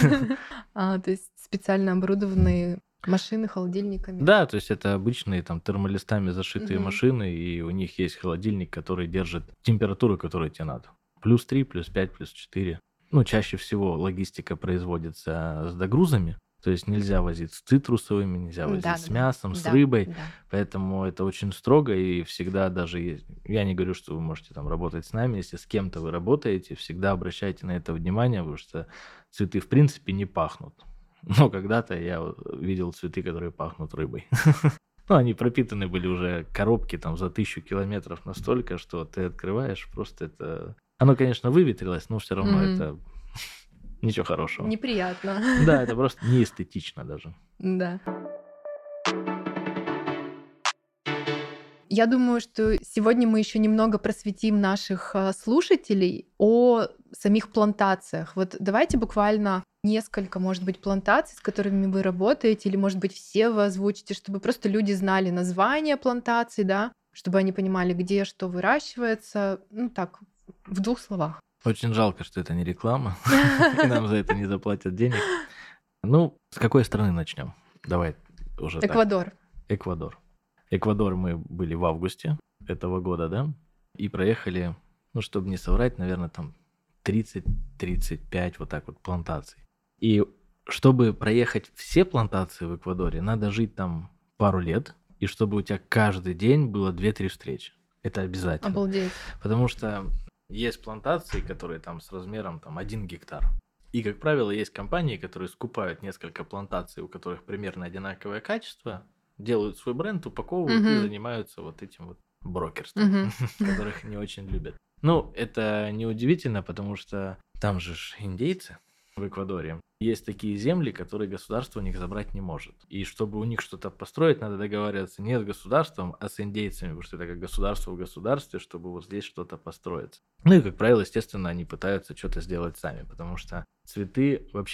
А, то есть специально оборудованные машины холодильниками. Да, то есть это обычные там термолистами зашитые Мгм. машины, и у них есть холодильник, который держит температуру, которую тебе надо. Плюс три, плюс пять, плюс четыре. Ну, чаще всего логистика производится с догрузами, то есть нельзя возить с цитрусовыми, нельзя возить Да, с да, мясом, с да, рыбой, да. поэтому это очень строго, и всегда даже, есть- я не говорю, что вы можете там работать с нами, если с кем-то вы работаете, всегда обращайте на это внимание, потому что цветы в принципе не пахнут. Но когда-то я вот видел цветы, которые пахнут рыбой. Ну, они пропитаны были уже коробки там за тысячу километров настолько, что ты открываешь, просто это... Оно, конечно, выветрилось, но все равно Мгм. это ничего хорошего. Неприятно. Да, это просто неэстетично даже. Да. Я думаю, что сегодня мы еще немного просветим наших а, слушателей о самих плантациях. Вот давайте буквально несколько, может быть, плантаций, с которыми вы работаете, или, может быть, все вы озвучите, чтобы просто люди знали название плантаций, да, чтобы они понимали, где что выращивается. Ну так, в двух словах. Очень жалко, что это не реклама, и нам за это не заплатят денег. Ну, с какой страны начнем? Давай уже так. Эквадор. Эквадор. Эквадор мы были в августе этого года, да, и проехали, ну, чтобы не соврать, наверное, там тридцать-тридцать пять вот так вот плантаций. И чтобы проехать все плантации в Эквадоре, надо жить там пару лет, и чтобы у тебя каждый день было две-три встречи. Это обязательно. Обалдеть. Потому что есть плантации, которые там с размером там один гектар. И, как правило, есть компании, которые скупают несколько плантаций, у которых примерно одинаковое качество, делают свой бренд, упаковывают и Мгм. занимаются вот этим вот брокерством, Мгм. которых не очень любят. Ну, это неудивительно, потому что там же ж индейцы в Эквадоре. Есть такие земли, которые государство у них забрать не может. И чтобы у них что-то построить, надо договариваться не с государством, а с индейцами, потому что это как государство в государстве, чтобы вот здесь что-то построиться. Ну и, как правило, естественно, они пытаются что-то сделать сами, потому что цветы вообще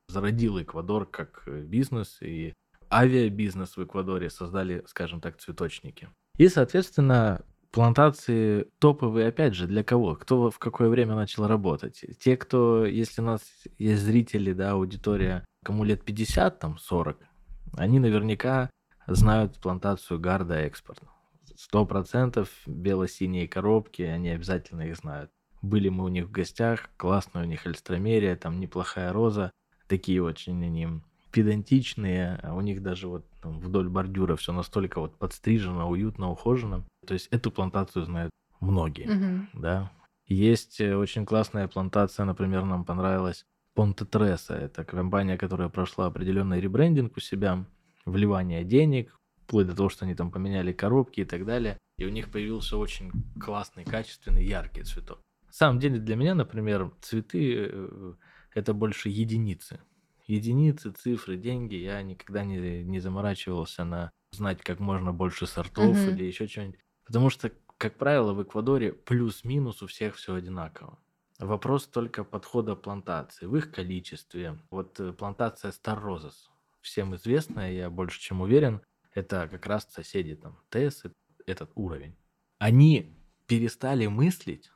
зародил Эквадор как бизнес, и авиабизнес в Эквадоре создали, скажем так, цветочники. И, соответственно, плантации топовые, опять же, для кого? Кто в какое время начал работать? Те, кто, если у нас есть зрители, да, аудитория, кому лет пятьдесят, там, сорок, они наверняка знают плантацию Гарда Экспорт. Сто процентов бело-синие коробки, они обязательно их знают. Были мы у них в гостях, классная у них альстромерия, там неплохая роза, такие очень они педантичные, а у них даже вот там, вдоль бордюра все настолько вот подстрижено, уютно, ухожено. То есть эту плантацию знают многие, Мгм. да. Есть э, очень классная плантация, например, нам понравилась Понте Треса. Это компания, которая прошла определенный ребрендинг у себя, вливание денег, вплоть до того, что они там поменяли коробки и так далее. И у них появился очень классный, качественный, яркий цветок. На самом деле для меня, например, цветы э, это больше единицы. Единицы, цифры, деньги. Я никогда не, не заморачивался на знать как можно больше сортов Мгм. или еще чего-нибудь. Потому что, как правило, в Эквадоре плюс-минус у всех все одинаково. Вопрос только подхода плантации, в их количестве. Вот э, плантация Star Roses, всем известная, я больше чем уверен, это как раз соседи там, ТЭС, э- этот уровень. Они перестали мыслить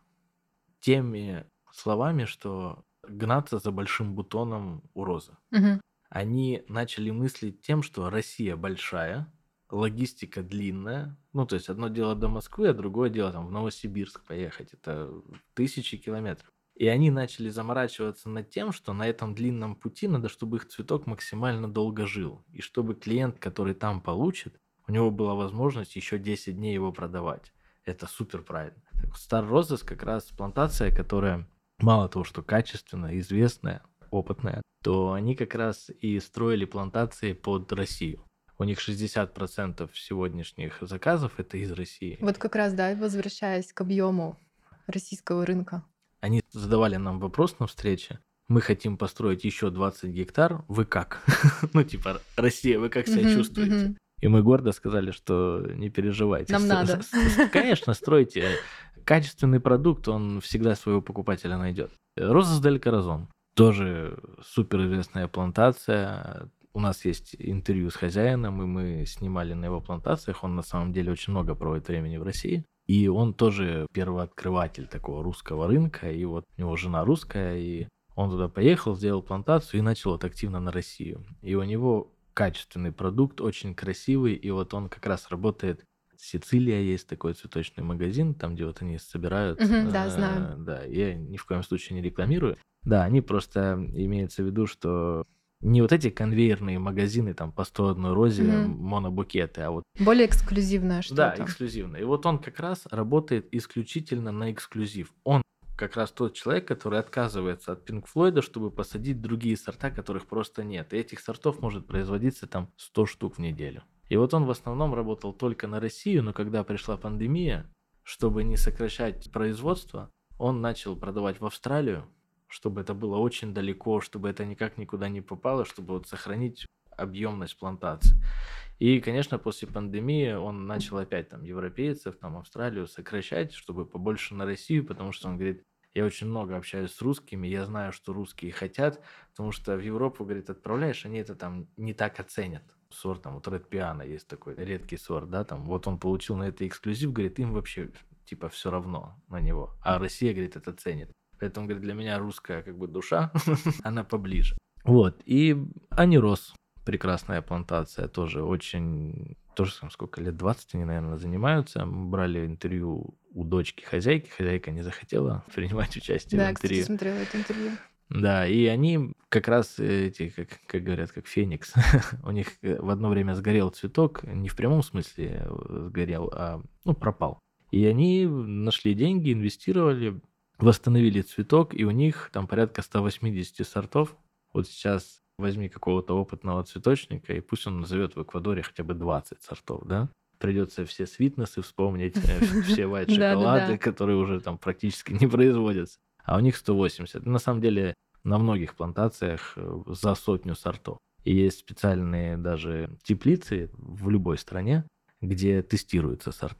теми словами, что гнаться за большим бутоном у розы. Мгм. Они начали мыслить тем, что Россия большая, логистика длинная. Ну, то есть одно дело до Москвы, а другое дело там в Новосибирск поехать. Это тысячи километров. И они начали заморачиваться над тем, что на этом длинном пути надо, чтобы их цветок максимально долго жил. И чтобы клиент, который там получит, у него была возможность еще десять дней его продавать. Это супер правильно. Star Roses как раз плантация, которая мало того, что качественная, известная, опытная, то они как раз и строили плантации под Россию. У них шестьдесят процентов сегодняшних заказов это из России. Вот как раз, да, возвращаясь к объему российского рынка. Они задавали нам вопрос на встрече. Мы хотим построить еще двадцать гектар. Вы как? Ну, типа, Россия, вы как себя Мгм, чувствуете? мгм. И мы гордо сказали, что не переживайте. Нам С- надо. с- с- Конечно, стройте. Качественный продукт, он всегда своего покупателя найдет. Роза дель Коразон. Тоже суперизвестная плантация. У нас есть интервью с хозяином, и мы снимали на его плантациях. Он на самом деле очень много проводит времени в России. И он тоже первооткрыватель такого русского рынка. И вот у него жена русская, и он туда поехал, сделал плантацию и начал вот активно на Россию. И у него качественный продукт, очень красивый. И вот он как раз работает. Сицилия есть такой цветочный магазин, там, где вот они собирают. Мгм, да, знаю. э, Да, я ни в коем случае не рекламирую. Да, они просто имеется в виду, что не вот эти конвейерные магазины там по сто одной розе, Мгм. монобукеты, а вот Более эксклюзивное да, что-то. эксклюзивно. И вот он как раз работает исключительно на эксклюзив. Он как раз тот человек, который отказывается от Pink Floyd, чтобы посадить другие сорта, которых просто нет. И этих сортов может производиться там сто штук в неделю. И вот он в основном работал только на Россию, но когда пришла пандемия, чтобы не сокращать производство, он начал продавать в Австралию, чтобы это было очень далеко, чтобы это никак никуда не попало, чтобы вот сохранить объемность плантации. И, конечно, после пандемии он начал опять там европейцев, там Австралию сокращать, чтобы побольше на Россию, потому что он говорит, я очень много общаюсь с русскими, я знаю, что русские хотят, потому что в Европу, говорит, отправляешь, они это там не так оценят. Сорт, там, вот Red Piano есть такой редкий сорт, да, там, вот он получил на это эксклюзив, говорит, им вообще, типа, все равно на него, а Россия, говорит, это ценит. Поэтому, говорит, для меня русская, как бы, душа, она поближе. Вот, и Анирос, прекрасная плантация, тоже очень, тоже там сколько лет, двадцать они, наверное, занимаются. Мы брали интервью у дочки хозяйки, хозяйка не захотела принимать участие в Да, кстати, интервью. смотрела это интервью. Да, и они как раз эти, как, как говорят, как феникс. У них э, в одно время сгорел цветок, не в прямом смысле э, сгорел, а ну, пропал. И они нашли деньги, инвестировали, восстановили цветок, и у них там порядка сто восемьдесят сортов. Вот сейчас возьми какого-то опытного цветочника, и пусть он назовет в Эквадоре хотя бы двадцать сортов, да? Придется все свитнесы вспомнить, э, все white шоколады, Да-да-да. которые уже там практически не производятся. А у них сто восемьдесят. На самом деле на многих плантациях э, за сотню сортов. И есть специальные даже теплицы в любой стране, где тестируются сорта.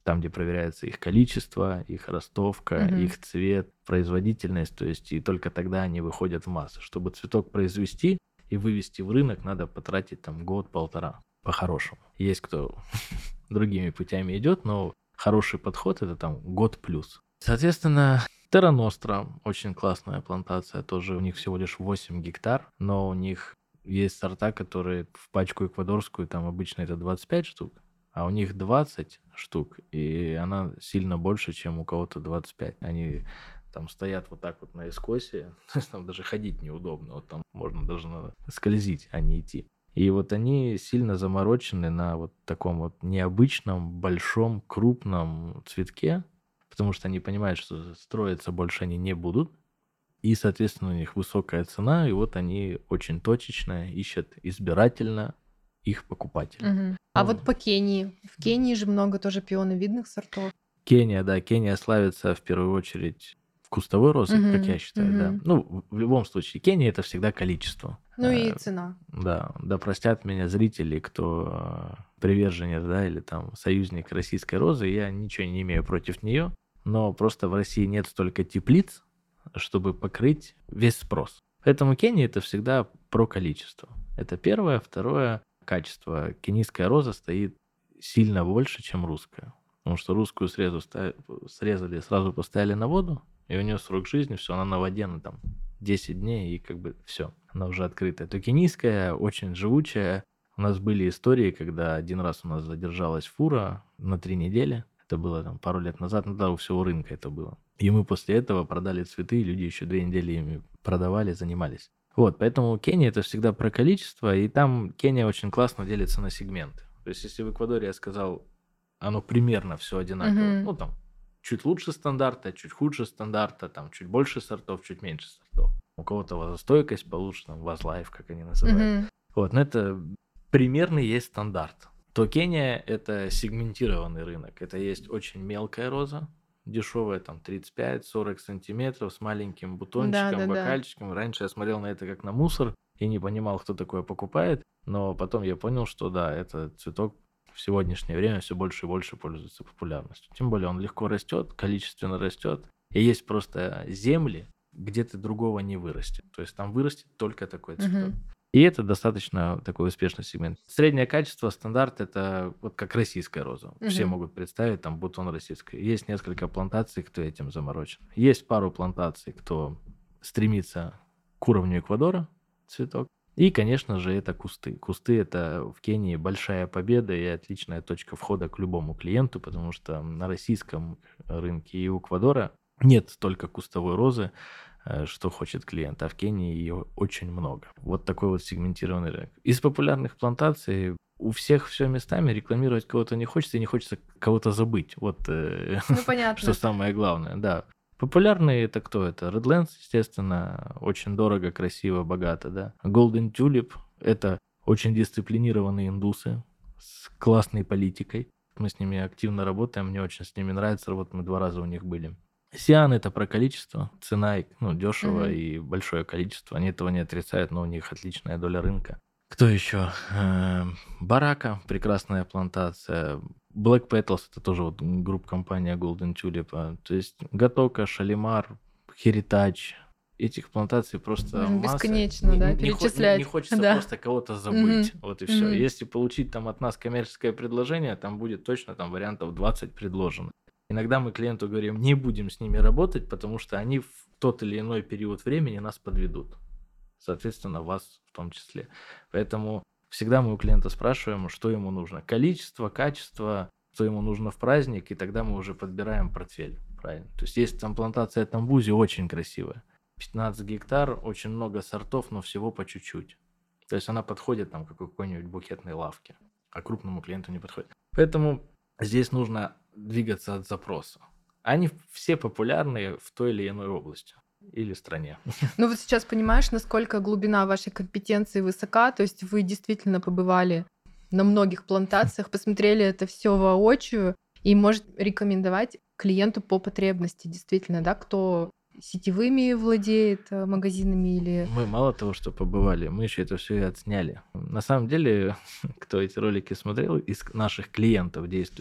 там, где проверяется их количество, их ростовка, Мгм. их цвет, производительность, то есть и только тогда они выходят в массы. Чтобы цветок произвести и вывести в рынок, надо потратить там год-полтора по-хорошему. Есть кто другими путями идет, но хороший подход это там год плюс. Соответственно, Терра Ностра очень классная плантация, тоже у них всего лишь восемь гектар, но у них есть сорта, которые в пачку эквадорскую, там обычно это двадцать пять штук, а у них двадцать штук, и она сильно больше, чем у кого-то двадцать пять. Они там стоят вот так вот на эскосе, там даже ходить неудобно, вот там можно даже надо скользить, а не идти. И вот они сильно заморочены на вот таком вот необычном, большом, крупном цветке, потому что они понимают, что строиться больше они не будут, и, соответственно, у них высокая цена, и вот они очень точечно ищут избирательно их покупателей. Мгм. А Ну, вот по Кении. В Кении же много тоже пионовидных сортов. Кения, да, Кения славится в первую очередь кустовой розой, как я Мгм. считаю, да. Мгм. Ну, в в любом случае, Кения это всегда количество. Ну и Э, цена. Да, да простят меня зрители, кто э, приверженец, да, или там союзник российской розы, я ничего не имею против нее, но просто в России нет столько теплиц, чтобы покрыть весь спрос. Поэтому Кения это всегда про количество. Это первое. Второе, качество. Кенийская роза стоит сильно больше, чем русская. Потому что русскую срезу ста- срезали, сразу поставили на воду, и у нее срок жизни, все, она на воде, на там десять дней, и как бы все, она уже открытая. То кенийская очень живучая. У нас были истории, когда один раз у нас задержалась фура на три недели. Это было там пару лет назад, ну да, у всего рынка это было. И мы после этого продали цветы, и люди еще две недели ими продавали, занимались. Вот, поэтому Кения это всегда про количество, и там Кения очень классно делится на сегменты. То есть, если в Эквадоре я сказал, оно примерно все одинаково, Мгм. ну там чуть лучше стандарта, чуть хуже стандарта, там чуть больше сортов, чуть меньше сортов. У кого-то вазостойкость получше, там вазлайф, как они называют. Мгм. Вот, но это примерный есть стандарт. То Кения это сегментированный рынок. Это есть очень мелкая роза, дешевая, там тридцать пять сорок сантиметров, с маленьким бутончиком, Да-да-да. бокальчиком. Раньше я смотрел на это как на мусор и не понимал, кто такое покупает. Но потом я понял, что да, этот цветок в сегодняшнее время все больше и больше пользуется популярностью. Тем более он легко растет, количественно растет. И есть просто земли, где ты другого не вырастет. То есть там вырастет только такой цветок. Мгм. И это достаточно такой успешный сегмент. Среднее качество, стандарт, это вот как российская роза. Все Мгм. могут представить, там бутон российской. Есть несколько плантаций, кто этим заморочен. Есть пару плантаций, кто стремится к уровню Эквадора, цветок. И, конечно же, это кусты. Кусты – это в Кении большая победа и отличная точка входа к любому клиенту, потому что на российском рынке и у Эквадора нет столько кустовой розы, э, что хочет клиент, а в Кении ее очень много. Вот такой вот сегментированный рынок. Из популярных плантаций у всех все местами, рекламировать кого-то не хочется, и не хочется кого-то забыть. Вот э, Ну, что понятно. самое главное, да. Популярные это кто это? Redlands, естественно, очень дорого, красиво, богато, да. Golden Tulip – это очень дисциплинированные индусы с классной политикой. Мы с ними активно работаем, мне очень с ними нравится работать, мы два раза у них были. Сиан – это про количество, цена, и, ну, дешево Мгм. и большое количество. Они этого не отрицают, но у них отличная доля рынка. Кто еще? Эм, Барака, прекрасная плантация. Black Petals, это тоже вот группа компания Golden Tulip. а, То есть Гатока, Шалимар, Heritage. Этих плантаций просто Можно масса. бесконечно, Не, да, не- не хо- не- не перечислять. хочется Да. просто кого-то забыть. Мгм. Вот и все. Мгм. Если получить там от нас коммерческое предложение, там будет точно там вариантов двадцать предложено. Иногда мы клиенту говорим, не будем с ними работать, потому что они в тот или иной период времени нас подведут. Соответственно, вас в том числе. Поэтому всегда мы у клиента спрашиваем, что ему нужно. Количество, качество, что ему нужно в праздник, и тогда мы уже подбираем портфель. Правильно. То есть есть там плантация тамбузи очень красивая. пятнадцать гектар, очень много сортов, но всего по чуть-чуть. То есть она подходит там к какой-нибудь букетной лавке, а крупному клиенту не подходит. Поэтому здесь нужно двигаться от запроса. Они все популярны в той или иной области или стране. Ну вот сейчас понимаешь, насколько глубина вашей компетенции высока, то есть вы действительно побывали на многих плантациях, посмотрели это все воочию и может рекомендовать клиенту по потребности, действительно, да, кто сетевыми владеет э, магазинами или... Мы мало того, что побывали, мы еще это все и отсняли. На самом деле, кто эти ролики смотрел из наших клиентов действующих,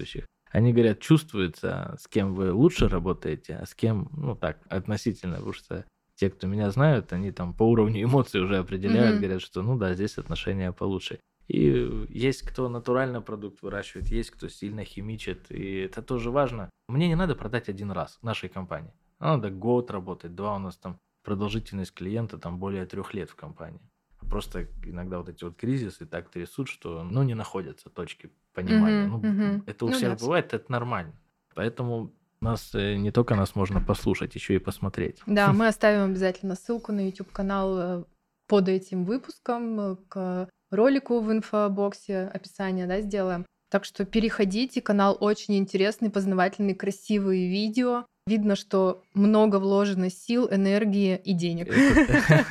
Они говорят, чувствуется, с кем вы лучше работаете, а с кем, ну так, относительно, потому что те, кто меня знают, они там по уровню эмоций уже определяют, Мгм. говорят, что ну да, здесь отношения получше. И есть кто натурально продукт выращивает, есть кто сильно химичит, и это тоже важно. Мне не надо продать один раз нашей компании. А надо год работать, два, у нас там продолжительность клиента там более трех лет в компании. Просто иногда вот эти вот кризисы так трясут, что ну не находятся точки понимания. Мгм. Ну, Мгм. это у Ну да, всех вс- бывает, это нормально. Поэтому нас э, не только нас можно послушать, еще и посмотреть. да, мы оставим обязательно ссылку на YouTube-канал э, под этим выпуском э, к ролику в инфобоксе, описание, да, сделаем. Так что переходите, канал очень интересный, познавательный, красивые видео. Видно, что много вложено сил, энергии и денег. Это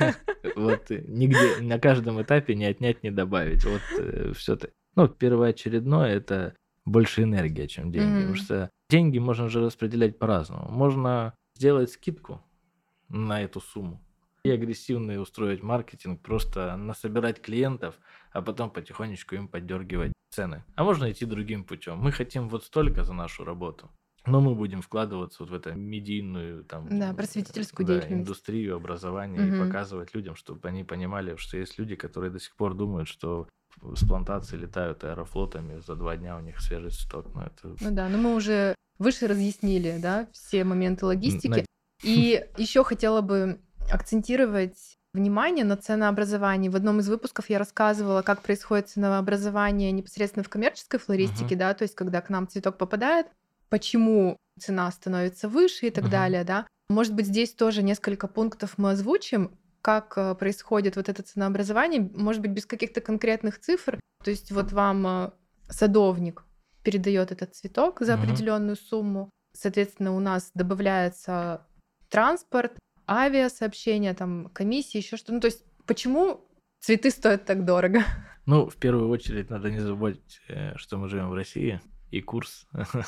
вот э, нигде, на каждом этапе не отнять, не добавить. Вот все это. Ну, первоочередное это больше энергия, чем деньги. Потому Мгм. что деньги можно же распределять по-разному. Можно сделать скидку на эту сумму и агрессивно устроить маркетинг, просто насобирать клиентов, а потом потихонечку им поддергивать цены. А можно идти другим путем. Мы хотим вот столько за нашу работу, но мы будем вкладываться вот в эту медийную там, Да, э, просветительскую да, деятельность. индустрию образования и Мгм. показывать людям, чтобы они понимали, что есть люди, которые до сих пор думают, что с плантации летают аэрофлотами, за два дня у них свежий сток. Ну, это Ну да, но мы уже выше разъяснили, да, все моменты н- логистики. на- И еще хотела бы акцентировать внимание на ценообразовании. В одном из выпусков я рассказывала, как происходит ценообразование непосредственно в коммерческой Мгм, флористике, да, то есть когда к нам цветок попадает, почему цена становится выше и так мгм, далее, да. Может быть, здесь тоже несколько пунктов мы озвучим, как э, происходит вот это ценообразование, может быть, без каких-то конкретных цифр. То есть вот вам э, садовник передает этот цветок за мгм. определенную сумму. Соответственно, у нас добавляется транспорт, авиасообщения, там, комиссии, еще что-то. Ну, то есть, почему цветы стоят так дорого? Ну, в первую очередь, надо не забывать, э, что мы живем в России, и курс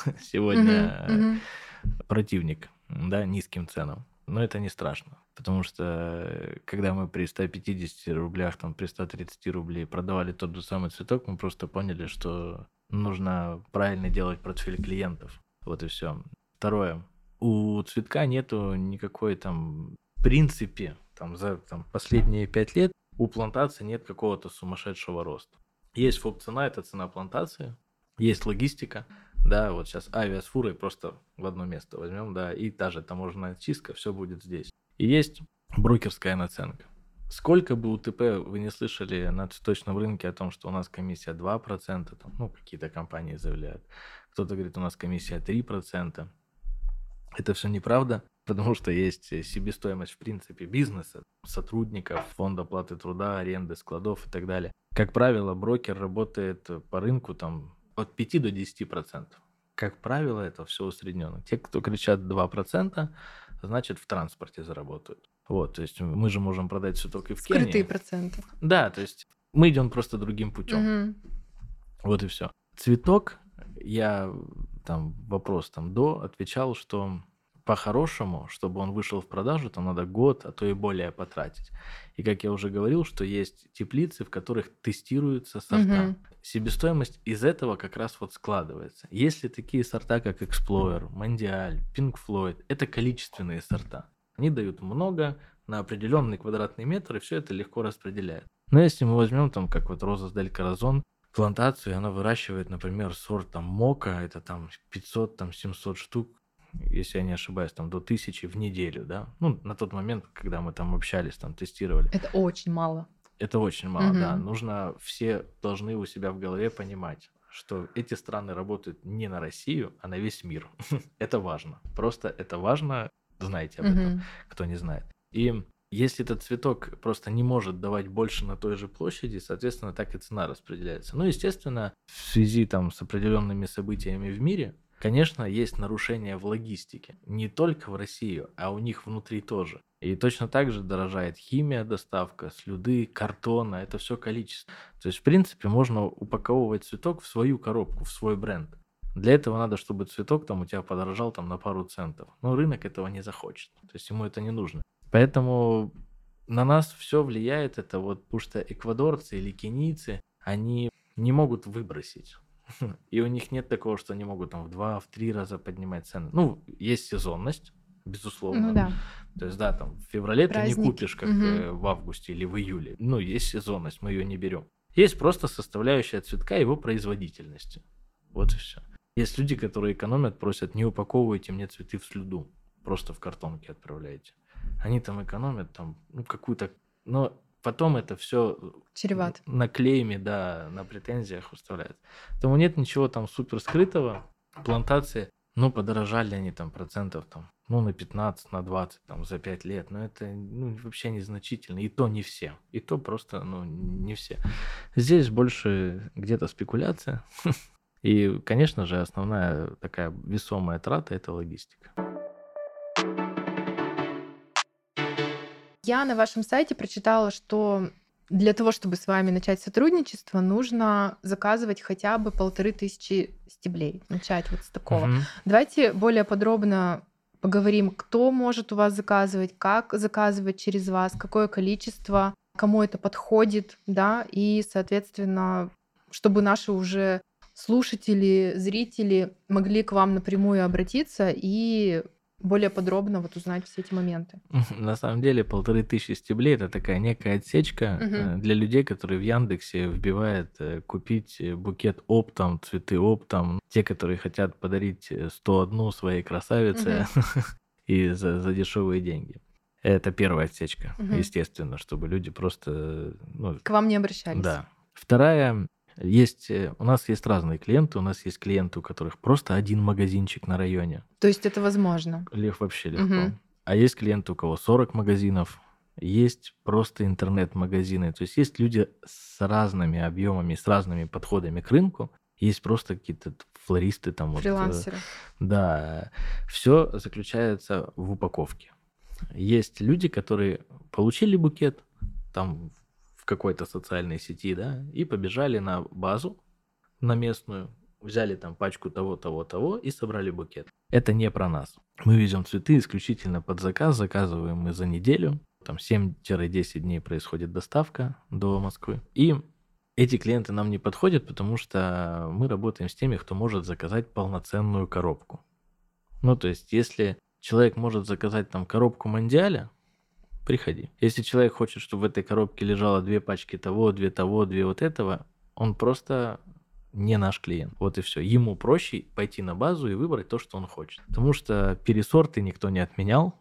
Мгм, сегодня мгм. э, противник, да, низким ценам. Но это не страшно, потому что э, когда мы при ста пятидесяти рублях, там, при ста тридцати рублей продавали тот же самый цветок, мы просто поняли, что нужно правильно делать портфель клиентов. Вот и все. Второе. У цветка нету никакой там, в принципе, там, за там, последние пять лет у плантации нет какого-то сумасшедшего роста. Есть фоп-цена, это цена плантации, есть логистика, да, вот сейчас авиа с фурой просто в одно место возьмем, да, и та же таможенная чистка, все будет здесь. И есть брокерская наценка. Сколько бы УТП вы не слышали на цветочном рынке о том, что у нас комиссия два процента, там, ну, какие-то компании заявляют, кто-то говорит, у нас комиссия три процента, это все неправда, потому что есть э, себестоимость в принципе бизнеса, сотрудников, фонда оплаты труда, аренды складов и так далее. Как правило, брокер работает э, по рынку там от пяти до десяти процентов. Как правило, это все усредненно. Те, кто кричат два процента, значит в транспорте заработают. Вот, то есть мы же можем продать цветок и в Скрытые Кении. проценты. Да, то есть мы идем просто другим путем. Мгм. Вот и все. Цветок, я там вопрос там до отвечал, что по-хорошему, чтобы он вышел в продажу, там надо год, а то и более потратить. И как я уже говорил, что есть теплицы, в которых тестируются сорта. Мгм. Себестоимость из этого как раз вот складывается. Если такие сорта, как Explorer, Mondial, Pink Floyd, это количественные сорта. Они дают много на определенный квадратный метр, и все это легко распределяет. Но если мы возьмем там, как вот Роза Дель Коразон, плантацию, и она выращивает, например, сорт там мока, это там пятьсот, там семьсот штук, если я не ошибаюсь, там до тысячи в неделю, да. Ну, на тот момент, когда мы там общались, там тестировали. Это очень мало. Это очень мало, да. Мгм. Нужно, все должны у себя в голове понимать, что эти страны работают не на Россию, а на весь мир. Это важно. Просто это важно, знайте об этом, Мгм. кто не знает. И если этот цветок просто не может давать больше на той же площади, соответственно, так и цена распределяется. Ну, естественно, в связи там с определенными событиями в мире, конечно, есть нарушения в логистике. Не только в Россию, а у них внутри тоже. И точно так же дорожает химия, доставка, слюды, картона, это все количество. То есть, в принципе, можно упаковывать цветок в свою коробку, в свой бренд. Для этого надо, чтобы цветок там у тебя подорожал там на пару центов. Но рынок этого не захочет. То есть ему это не нужно. Поэтому на нас все влияет это вот, потому что эквадорцы или кенийцы, они не могут выбросить. И у них нет такого, что они могут там в два, в три раза поднимать цены. Ну, есть сезонность, безусловно. Ну да. То есть, да, там в феврале ты не Праздники. купишь, как Мгм. э, в августе или в июле. Ну, есть сезонность, мы ее не берем. Есть просто составляющая цветка его производительности. Вот и все. Есть люди, которые экономят, просят, не упаковывайте мне цветы в слюду, просто в картонке отправляйте. Они там экономят, там, ну, какую-то... Но потом это все Чревато. наклеями, да, на претензиях выставляют. Поэтому нет ничего там супер скрытого. Плантации, ну, подорожали они там процентов там, ну, на пятнадцать, на двадцать, там, за пять лет. Но это, ну, вообще незначительно. И то не все. И то просто, ну, не все. Здесь больше где-то спекуляция. И, конечно же, основная такая весомая трата – это логистика. Я на вашем сайте прочитала, что для того, чтобы с вами начать сотрудничество, нужно заказывать хотя бы полторы тысячи стеблей. Начать вот с такого. Мгм. Давайте более подробно поговорим, кто может у вас заказывать, как заказывать через вас, какое количество, кому это подходит, да, и, соответственно, чтобы наши уже слушатели, зрители могли к вам напрямую обратиться и более подробно вот узнать все эти моменты. На самом деле полторы тысячи стеблей – это такая некая отсечка Мгм. э, для людей, которые в Яндексе вбивают э, купить э, букет оптом, цветы оптом. Те, которые хотят подарить э, сто одну своей красавице и за, за дешевые деньги. Это первая отсечка, Мгм. естественно, чтобы люди просто, э, ну, К вам не обращались. да. Вторая, есть, э, у нас есть разные клиенты. У нас есть клиенты, у которых просто один магазинчик на районе. То есть это возможно. Лев вообще легко. Мгм. А есть клиенты, у кого сорок магазинов, есть просто интернет-магазины. То есть есть люди с разными объемами, с разными подходами к рынку. Есть просто какие-то т- флористы там вот. э, Фрилансеры. Да, все заключается в упаковке. Есть люди, которые получили букет там в какой-то социальной сети, да, и побежали на базу, на местную, взяли там пачку того, того, того и собрали букет. Это не про нас. Мы везем цветы исключительно под заказ, заказываем мы за неделю. Там семь-десять дней происходит доставка до Москвы. И эти клиенты нам не подходят, потому что мы работаем с теми, кто может заказать полноценную коробку. Ну, то есть, если человек может заказать там коробку Мондиаля, приходи. Если человек хочет, чтобы в этой коробке лежало две пачки того, две того, две вот этого, он просто не наш клиент. Вот и все. Ему проще пойти на базу и выбрать то, что он хочет. Потому что пересорты никто не отменял.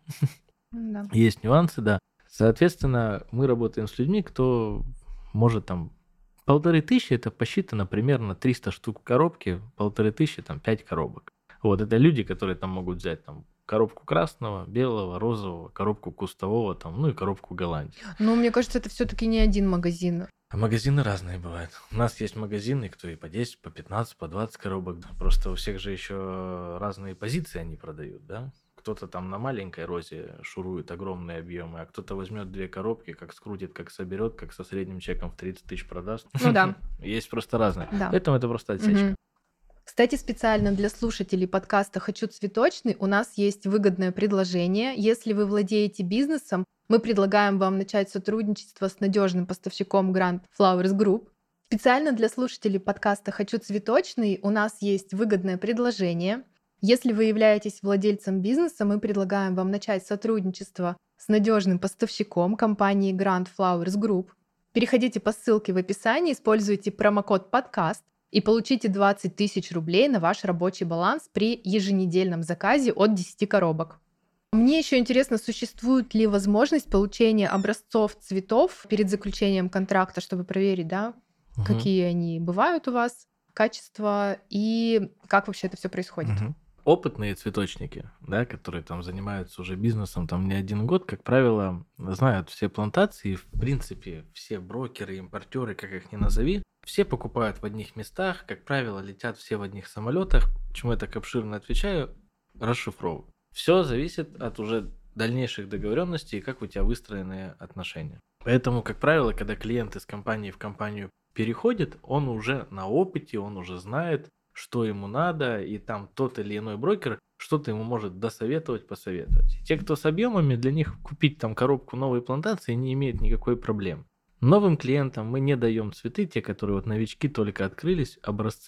Да. Есть нюансы, да. Соответственно, мы работаем с людьми, кто может там полторы тысячи, это посчитано примерно триста штук в коробке, полторы тысячи, там пять коробок. Вот это люди, которые там могут взять там коробку красного, белого, розового, коробку кустового, там, ну и коробку Голландии. Но мне кажется, это все-таки не один магазин. А магазины разные бывают. У нас есть магазины, кто и по десять, по пятнадцать, по двадцать коробок. Просто у всех же еще разные позиции они продают, да? Кто-то там на маленькой розе шурует огромные объемы, а кто-то возьмет две коробки, как скрутит, как соберет, как со средним чеком в тридцать тысяч продаст. Ну да. Есть просто разные. Да. Поэтому это просто отсечка. Мгм. Кстати, специально для слушателей подкаста «Хочу цветочный» у нас есть выгодное предложение. Если вы владеете бизнесом, мы предлагаем вам начать сотрудничество с надежным поставщиком Grand Flowers Group. Специально для слушателей подкаста «Хочу цветочный» у нас есть выгодное предложение. Если вы являетесь владельцем бизнеса, мы предлагаем вам начать сотрудничество с надежным поставщиком компании Grand Flowers Group. Переходите по ссылке в описании, используйте промокод «Подкаст» и получите двадцать тысяч рублей на ваш рабочий баланс при еженедельном заказе от десяти коробок. Мне еще интересно, существует ли возможность получения образцов цветов перед заключением контракта, чтобы проверить, да, Мгм. какие они бывают у вас, качество и как вообще это все происходит. Мгм. Опытные цветочники, да, которые там занимаются уже бизнесом там не один год, как правило, знают все плантации, в принципе, все брокеры, импортеры, как их ни назови, все покупают в одних местах, как правило, летят все в одних самолетах. Почему я так обширно отвечаю? Расшифровываю. Все зависит от уже дальнейших договоренностей и как у тебя выстроены отношения. Поэтому, как правило, когда клиент из компании в компанию переходит, он уже на опыте, он уже знает, что ему надо, и там тот или иной брокер что-то ему может досоветовать, посоветовать. И те, кто с объемами, для них купить там коробку новой плантации не имеет никакой проблемы. Новым клиентам мы не даем цветы, те, которые вот новички только открылись, образцы.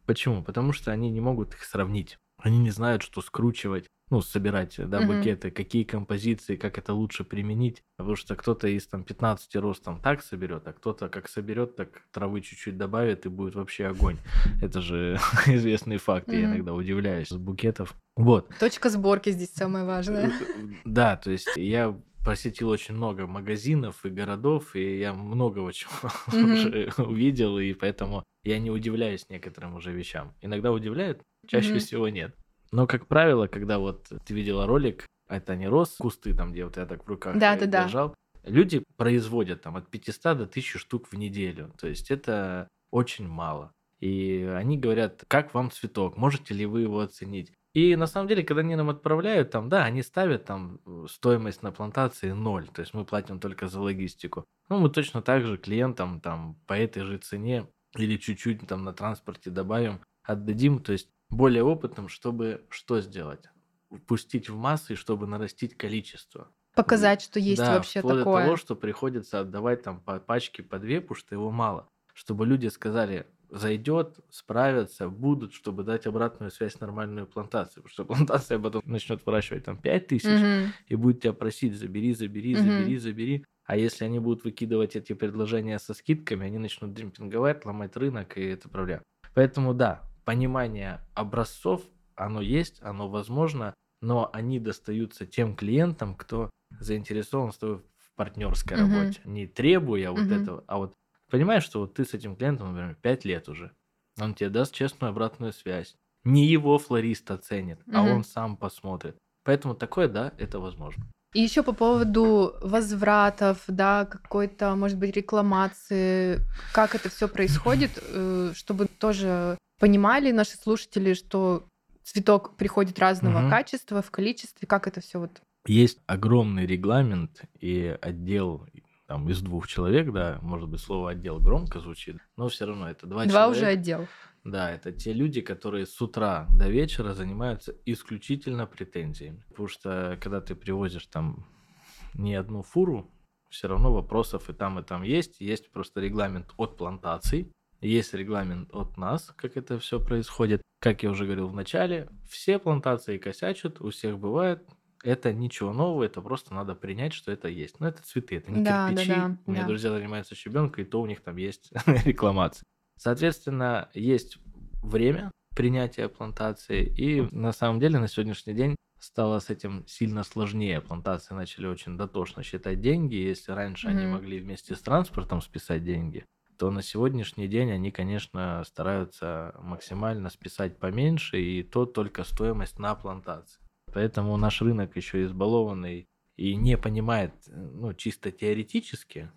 Почему? Потому что они не могут их сравнить. Они не знают, что скручивать, ну, собирать, да, Мгм. букеты, какие композиции, как это лучше применить. Потому что кто-то из там пятнадцати роз там так соберет, а кто-то как соберет, так травы чуть-чуть добавит, и будет вообще огонь. Это же известный факт, я Мгм. иногда удивляюсь с букетов. Вот. Точка сборки здесь самое важное. Э, э, Да, то есть я посетил очень много магазинов и городов, и я многого чего Мгм. уже увидел, и поэтому я не удивляюсь некоторым уже вещам. Иногда удивляют, чаще Мгм. всего нет. Но, как правило, когда вот ты видела ролик, это не рос, кусты там, где вот я так в руках э, Да-да-да. держал, люди производят там от пятисот до тысячи штук в неделю. То есть это очень мало. И они говорят, как вам цветок, можете ли вы его оценить? И на самом деле, когда они нам отправляют, там, да, они ставят там э, стоимость на плантации ноль, то есть мы платим только за логистику. Ну, мы точно так же клиентам там по этой же цене или чуть-чуть там на транспорте добавим, отдадим, то есть более опытным, чтобы что сделать? Пустить в массы, чтобы нарастить количество. В- Показать, что есть Да, вообще вплоть до того, такое. что приходится отдавать там по пачке по две, потому что его мало. Чтобы люди сказали, зайдет, справятся, будут, чтобы дать обратную связь нормальную плантацию. Потому что плантация потом начнет выращивать там пять тысяч Мгм. и будет тебя просить, забери, забери, Мгм. забери, забери. А если они будут выкидывать эти предложения со скидками, они начнут демпинговать, ломать рынок, и это проблема. Поэтому да, понимание образцов, оно есть, оно возможно, но они достаются тем клиентам, кто заинтересован с тобой в партнерской Мгм. работе. Не требуя вот Мгм. этого, а вот понимаешь, что вот ты с этим клиентом, например, пять лет уже, он тебе даст честную обратную связь. Не его флорист оценит, а он Мгм. сам посмотрит. Поэтому такое, да, это возможно. И еще по поводу возвратов, да, какой-то, может быть, рекламации, как это все происходит, э, чтобы тоже понимали наши слушатели, что цветок приходит разного Мгм. качества, в количестве, как это все вот. Есть огромный регламент и отдел там, из двух человек, да, может быть, слово отдел громко звучит, но все равно это два Два уже человека. отдел. Да, это те люди, которые с утра до вечера занимаются исключительно претензиями. Потому что когда ты привозишь там не одну фуру, все равно вопросов и там, и там есть. Есть просто регламент от плантаций, есть регламент от нас, как это все происходит. Как я уже говорил в начале, все плантации косячат, у всех бывает. Это ничего нового, это просто надо принять, что это есть. Но это цветы, это не Да, да, кирпичи. да, У меня да. друзья занимаются щебенкой, и то у них там есть рекламация. Соответственно, есть время принятия плантации, и на самом деле на сегодняшний день стало с этим сильно сложнее. Плантации начали очень дотошно считать деньги. Если раньше они Мгм. могли вместе с транспортом списать деньги, то на сегодняшний день они, конечно, стараются максимально списать поменьше, и то только стоимость на плантации. Поэтому наш рынок еще избалованный и не понимает, э, ну, чисто теоретически,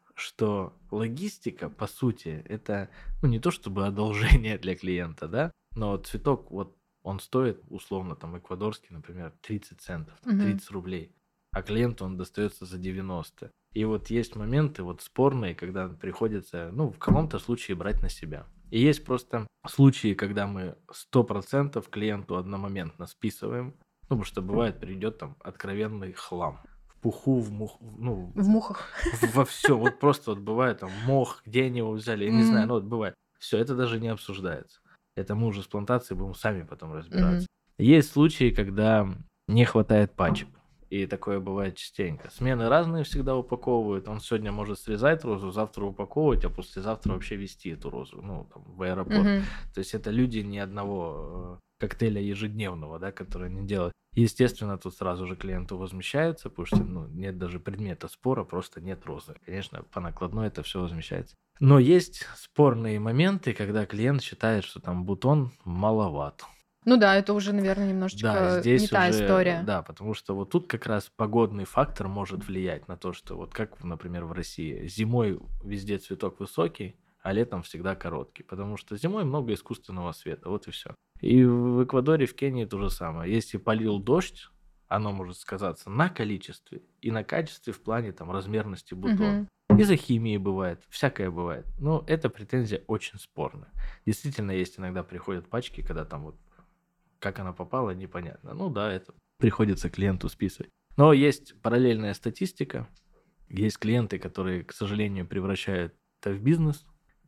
что логистика, по сути, это, ну, не то чтобы одолжение для клиента, да, но цветок, вот он стоит, условно, там, эквадорский, например, тридцать центов, там, Мгм. тридцать рублей, а клиенту он достается за девяносто. И вот есть моменты вот спорные, когда приходится, ну, в каком-то случае брать на себя. И есть просто случаи, когда мы сто процентов клиенту одномоментно списываем, ну, потому что бывает, придет там откровенный хлам. В пуху, в мух, ну, В мухах. во все, вот просто вот бывает там мох, где они его взяли, я не знаю, М. ну вот бывает. Все, это даже не обсуждается. Это мы уже с плантацией будем сами потом Мгм. разбираться. Есть случаи, когда не хватает пачек. И такое бывает частенько. Смены разные всегда упаковывают. Он сегодня может срезать розу, завтра упаковывать, а послезавтра вообще везти эту розу, ну, там, в аэропорт. Мгм. То есть это люди ни одного э, коктейля ежедневного, да, который они делают. Естественно, тут сразу же клиенту возмещается, потому что, ну, нет даже предмета спора, просто нет розы. Конечно, по накладной это все возмещается. Но есть спорные моменты, когда клиент считает, что там бутон маловат. Ну да, это уже, наверное, Да, немножечко не здесь та уже, история. да, потому что вот тут как раз погодный фактор может влиять на то, что вот как, например, в России, зимой везде цветок высокий, а летом всегда короткий, потому что зимой много искусственного света, вот и все. И в Эквадоре, в Кении то же самое. Если полил дождь, оно может сказаться на количестве и на качестве в плане там размерности бутона. Мгм. Из-за химии бывает, всякое бывает. Но эта претензия очень спорная. Действительно, есть иногда приходят пачки, когда там вот как она попала, непонятно. Ну да, это приходится клиенту списывать. Но есть параллельная статистика. Есть клиенты, которые, к сожалению, превращают это в бизнес.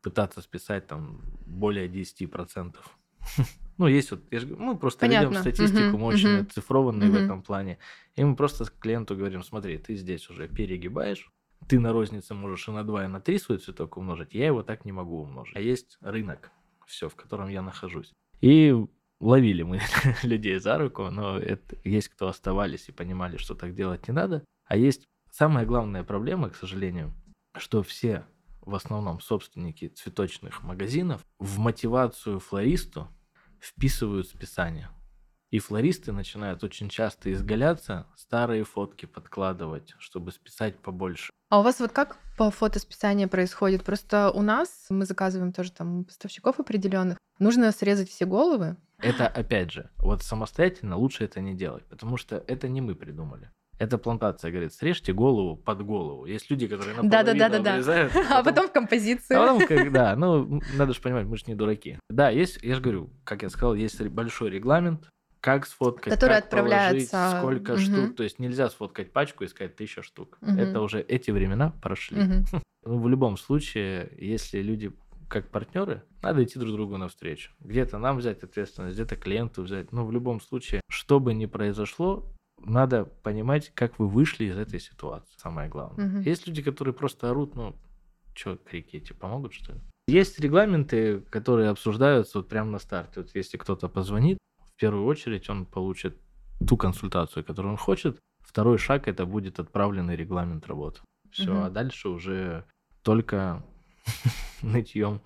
пытаться списать там более десять процентов. Ну, есть вот, я же говорю, мы просто Понятно. ведем статистику, Мгм, мы очень мгм, оцифрованные в мгм. этом плане. И мы просто клиенту говорим, смотри, ты здесь уже перегибаешь, ты на рознице можешь и на два, и на три свой цветок умножить, я его так не могу умножить. А есть рынок, все, в котором я нахожусь. И ловили мы людей за руку, но это, есть кто оставались и понимали, что так делать не надо. А есть самая главная проблема, к сожалению, что все в основном собственники цветочных магазинов в мотивацию флористу вписывают списание. И флористы начинают очень часто изгаляться, старые фотки подкладывать, чтобы списать побольше. А у вас вот как по фотосписанию происходит? Просто у нас, мы заказываем тоже там у поставщиков определенных, нужно срезать все головы. Это, опять же, вот самостоятельно лучше это не делать, потому что это не мы придумали. Это плантация говорит, срежьте голову под голову. Есть люди, которые наполовину Да-да-да-да-да. обрезают. А потом в композиции. А потом, когда, ну, надо же понимать, мы же не дураки. Да, есть, я же говорю, как я сказал, есть ре- большой регламент, как сфоткать, Который как положить, отправляется. сколько Мгм. штук. То есть нельзя сфоткать пачку и сказать тысяча штук. Мгм. Это уже эти времена прошли. Мгм. Ну, в любом случае, если люди как партнеры, надо идти друг другу навстречу. Где-то нам взять ответственность, где-то клиенту взять. Но в любом случае, что бы ни произошло, надо понимать, как вы вышли из этой ситуации. Самое главное. Мгм. Есть люди, которые просто орут, ну, что, крики эти помогут, что ли? Есть регламенты, которые обсуждаются вот прямо на старте. Вот если кто-то позвонит, в первую очередь он получит ту консультацию, которую он хочет. Второй шаг – это будет отправленный регламент работы. Все, Мгм. а дальше уже только нытьем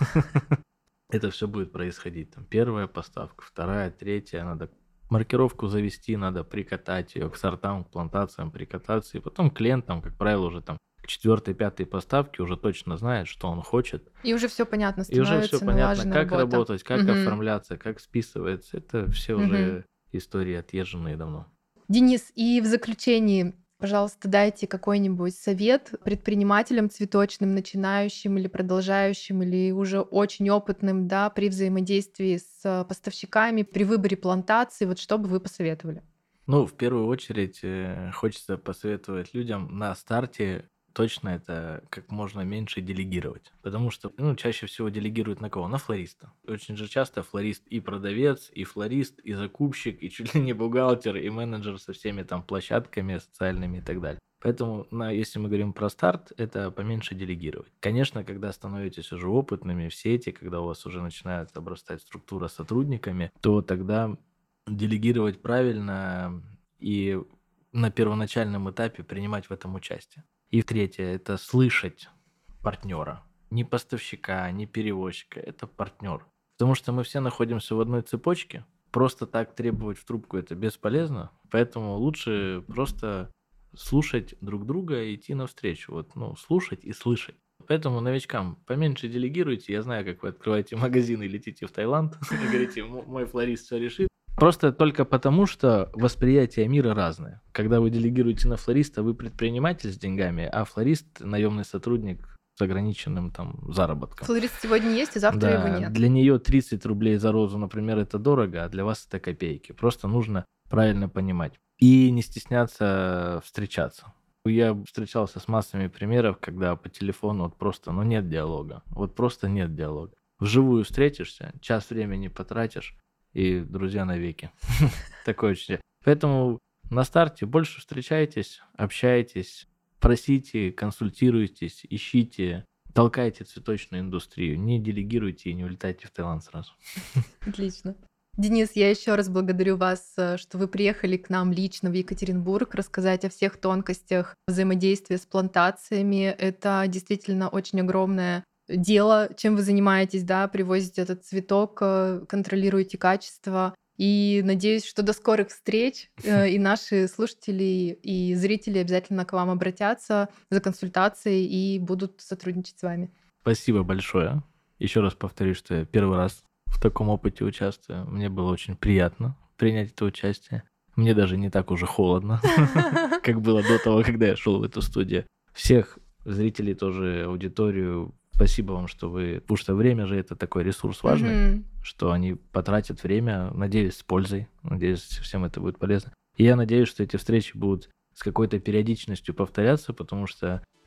это все будет происходить. Там первая поставка, вторая, третья, надо маркировку завести, надо прикатать ее к сортам, к плантациям, прикататься. И потом клиент, там, как правило, уже там к четвертой, пятой поставке уже точно знает, что он хочет. И уже все понятно И уже все становится, понятно, налажена как работа. работать, как Мгм. оформляться, как списывается. Это все Мгм. уже истории отъезженные давно. Денис, и в заключении, пожалуйста, дайте какой-нибудь совет предпринимателям цветочным, начинающим или продолжающим, или уже очень опытным, да, при взаимодействии с поставщиками, при выборе плантации. Вот что бы вы посоветовали? Ну, в первую очередь, э, хочется посоветовать людям на старте точно это как можно меньше делегировать. Потому что, ну, чаще всего делегируют на кого? На флориста. Очень же часто флорист и продавец, и флорист, и закупщик, и чуть ли не бухгалтер, и менеджер со всеми там площадками социальными и так далее. Поэтому, на, если мы говорим про старт, это поменьше делегировать. Конечно, когда становитесь уже опытными в сети, когда у вас уже начинает обрастать структура сотрудниками, то тогда делегировать правильно и на первоначальном этапе принимать в этом участие. И третье – это слышать партнера. Не поставщика, не перевозчика, это партнер. Потому что мы все находимся в одной цепочке. Просто так требовать в трубку – это бесполезно. Поэтому лучше просто слушать друг друга и идти навстречу. Вот, ну, слушать и слышать. Поэтому новичкам поменьше делегируйте. Я знаю, как вы открываете магазин и летите в Таиланд. И говорите, мой флорист все решит. Просто только потому, что восприятие мира разное. Когда вы делегируете на флориста, вы предприниматель с деньгами, а флорист – наемный сотрудник с ограниченным там заработком. Флорист сегодня есть, а завтра его Да, нет. для нее тридцать рублей за розу, например, это дорого, а для вас это копейки. Просто нужно правильно понимать. И не стесняться встречаться. Я встречался с массами примеров, когда по телефону вот просто, ну, нет диалога. Вот просто нет диалога. Вживую встретишься, час времени потратишь, и друзья навеки. Такое очень. Поэтому на старте больше встречайтесь, общайтесь, просите, консультируйтесь, ищите, толкайте цветочную индустрию, не делегируйте и не улетайте в Таиланд сразу. Отлично. Денис, я еще раз благодарю вас, э, что вы приехали к нам лично в Екатеринбург рассказать о всех тонкостях взаимодействия с плантациями. Это действительно очень огромное дело, чем вы занимаетесь, да, привозите этот цветок, э, контролируете качество. И надеюсь, что до скорых встреч, э, и наши слушатели и зрители обязательно к вам обратятся за консультацией и будут сотрудничать с вами. Спасибо большое. Еще раз повторюсь, что я первый раз в таком опыте участвую. Мне было очень приятно принять это участие. Мне даже не так уже холодно, как было до того, когда я шел в эту студию. Всех зрителей тоже, аудиторию, спасибо вам, что вы... Потому что время же это такой ресурс важный, Мгм. что они потратят время, надеюсь, с пользой. Надеюсь, всем это будет полезно. И я надеюсь, что эти встречи будут с какой-то периодичностью повторяться, потому что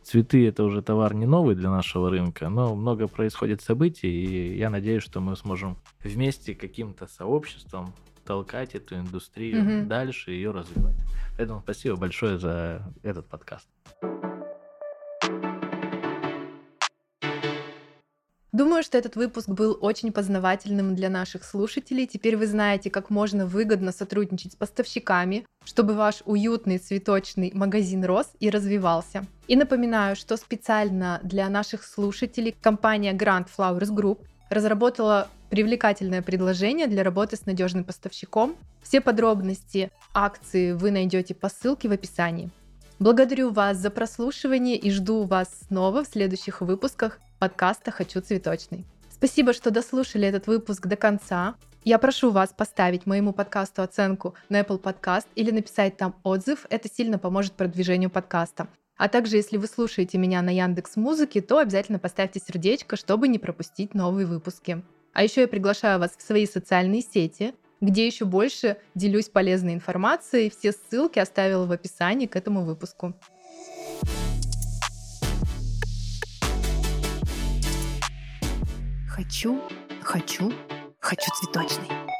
цветы — это уже товар не новый для нашего рынка, но много происходит событий, и я надеюсь, что мы сможем вместе каким-то сообществом толкать эту индустрию Мгм. дальше и ее развивать. Поэтому спасибо большое за этот подкаст. Думаю, что этот выпуск был очень познавательным для наших слушателей. Теперь вы знаете, как можно выгодно сотрудничать с поставщиками, чтобы ваш уютный цветочный магазин рос и развивался. И напоминаю, что специально для наших слушателей компания Grand Flowers Group разработала привлекательное предложение для работы с надежным поставщиком. Все подробности акции вы найдете по ссылке в описании. Благодарю вас за прослушивание и жду вас снова в следующих выпусках подкаста «Хочу цветочный». Спасибо, что дослушали этот выпуск до конца. Я прошу вас поставить моему подкасту оценку на Apple Podcast или написать там отзыв. Это сильно поможет продвижению подкаста. А также, если вы слушаете меня на Яндекс.Музыке, то обязательно поставьте сердечко, чтобы не пропустить новые выпуски. А еще я приглашаю вас в свои социальные сети, где еще больше делюсь полезной информацией. Все ссылки оставила в описании к этому выпуску. Хочу, хочу, хочу цветочный.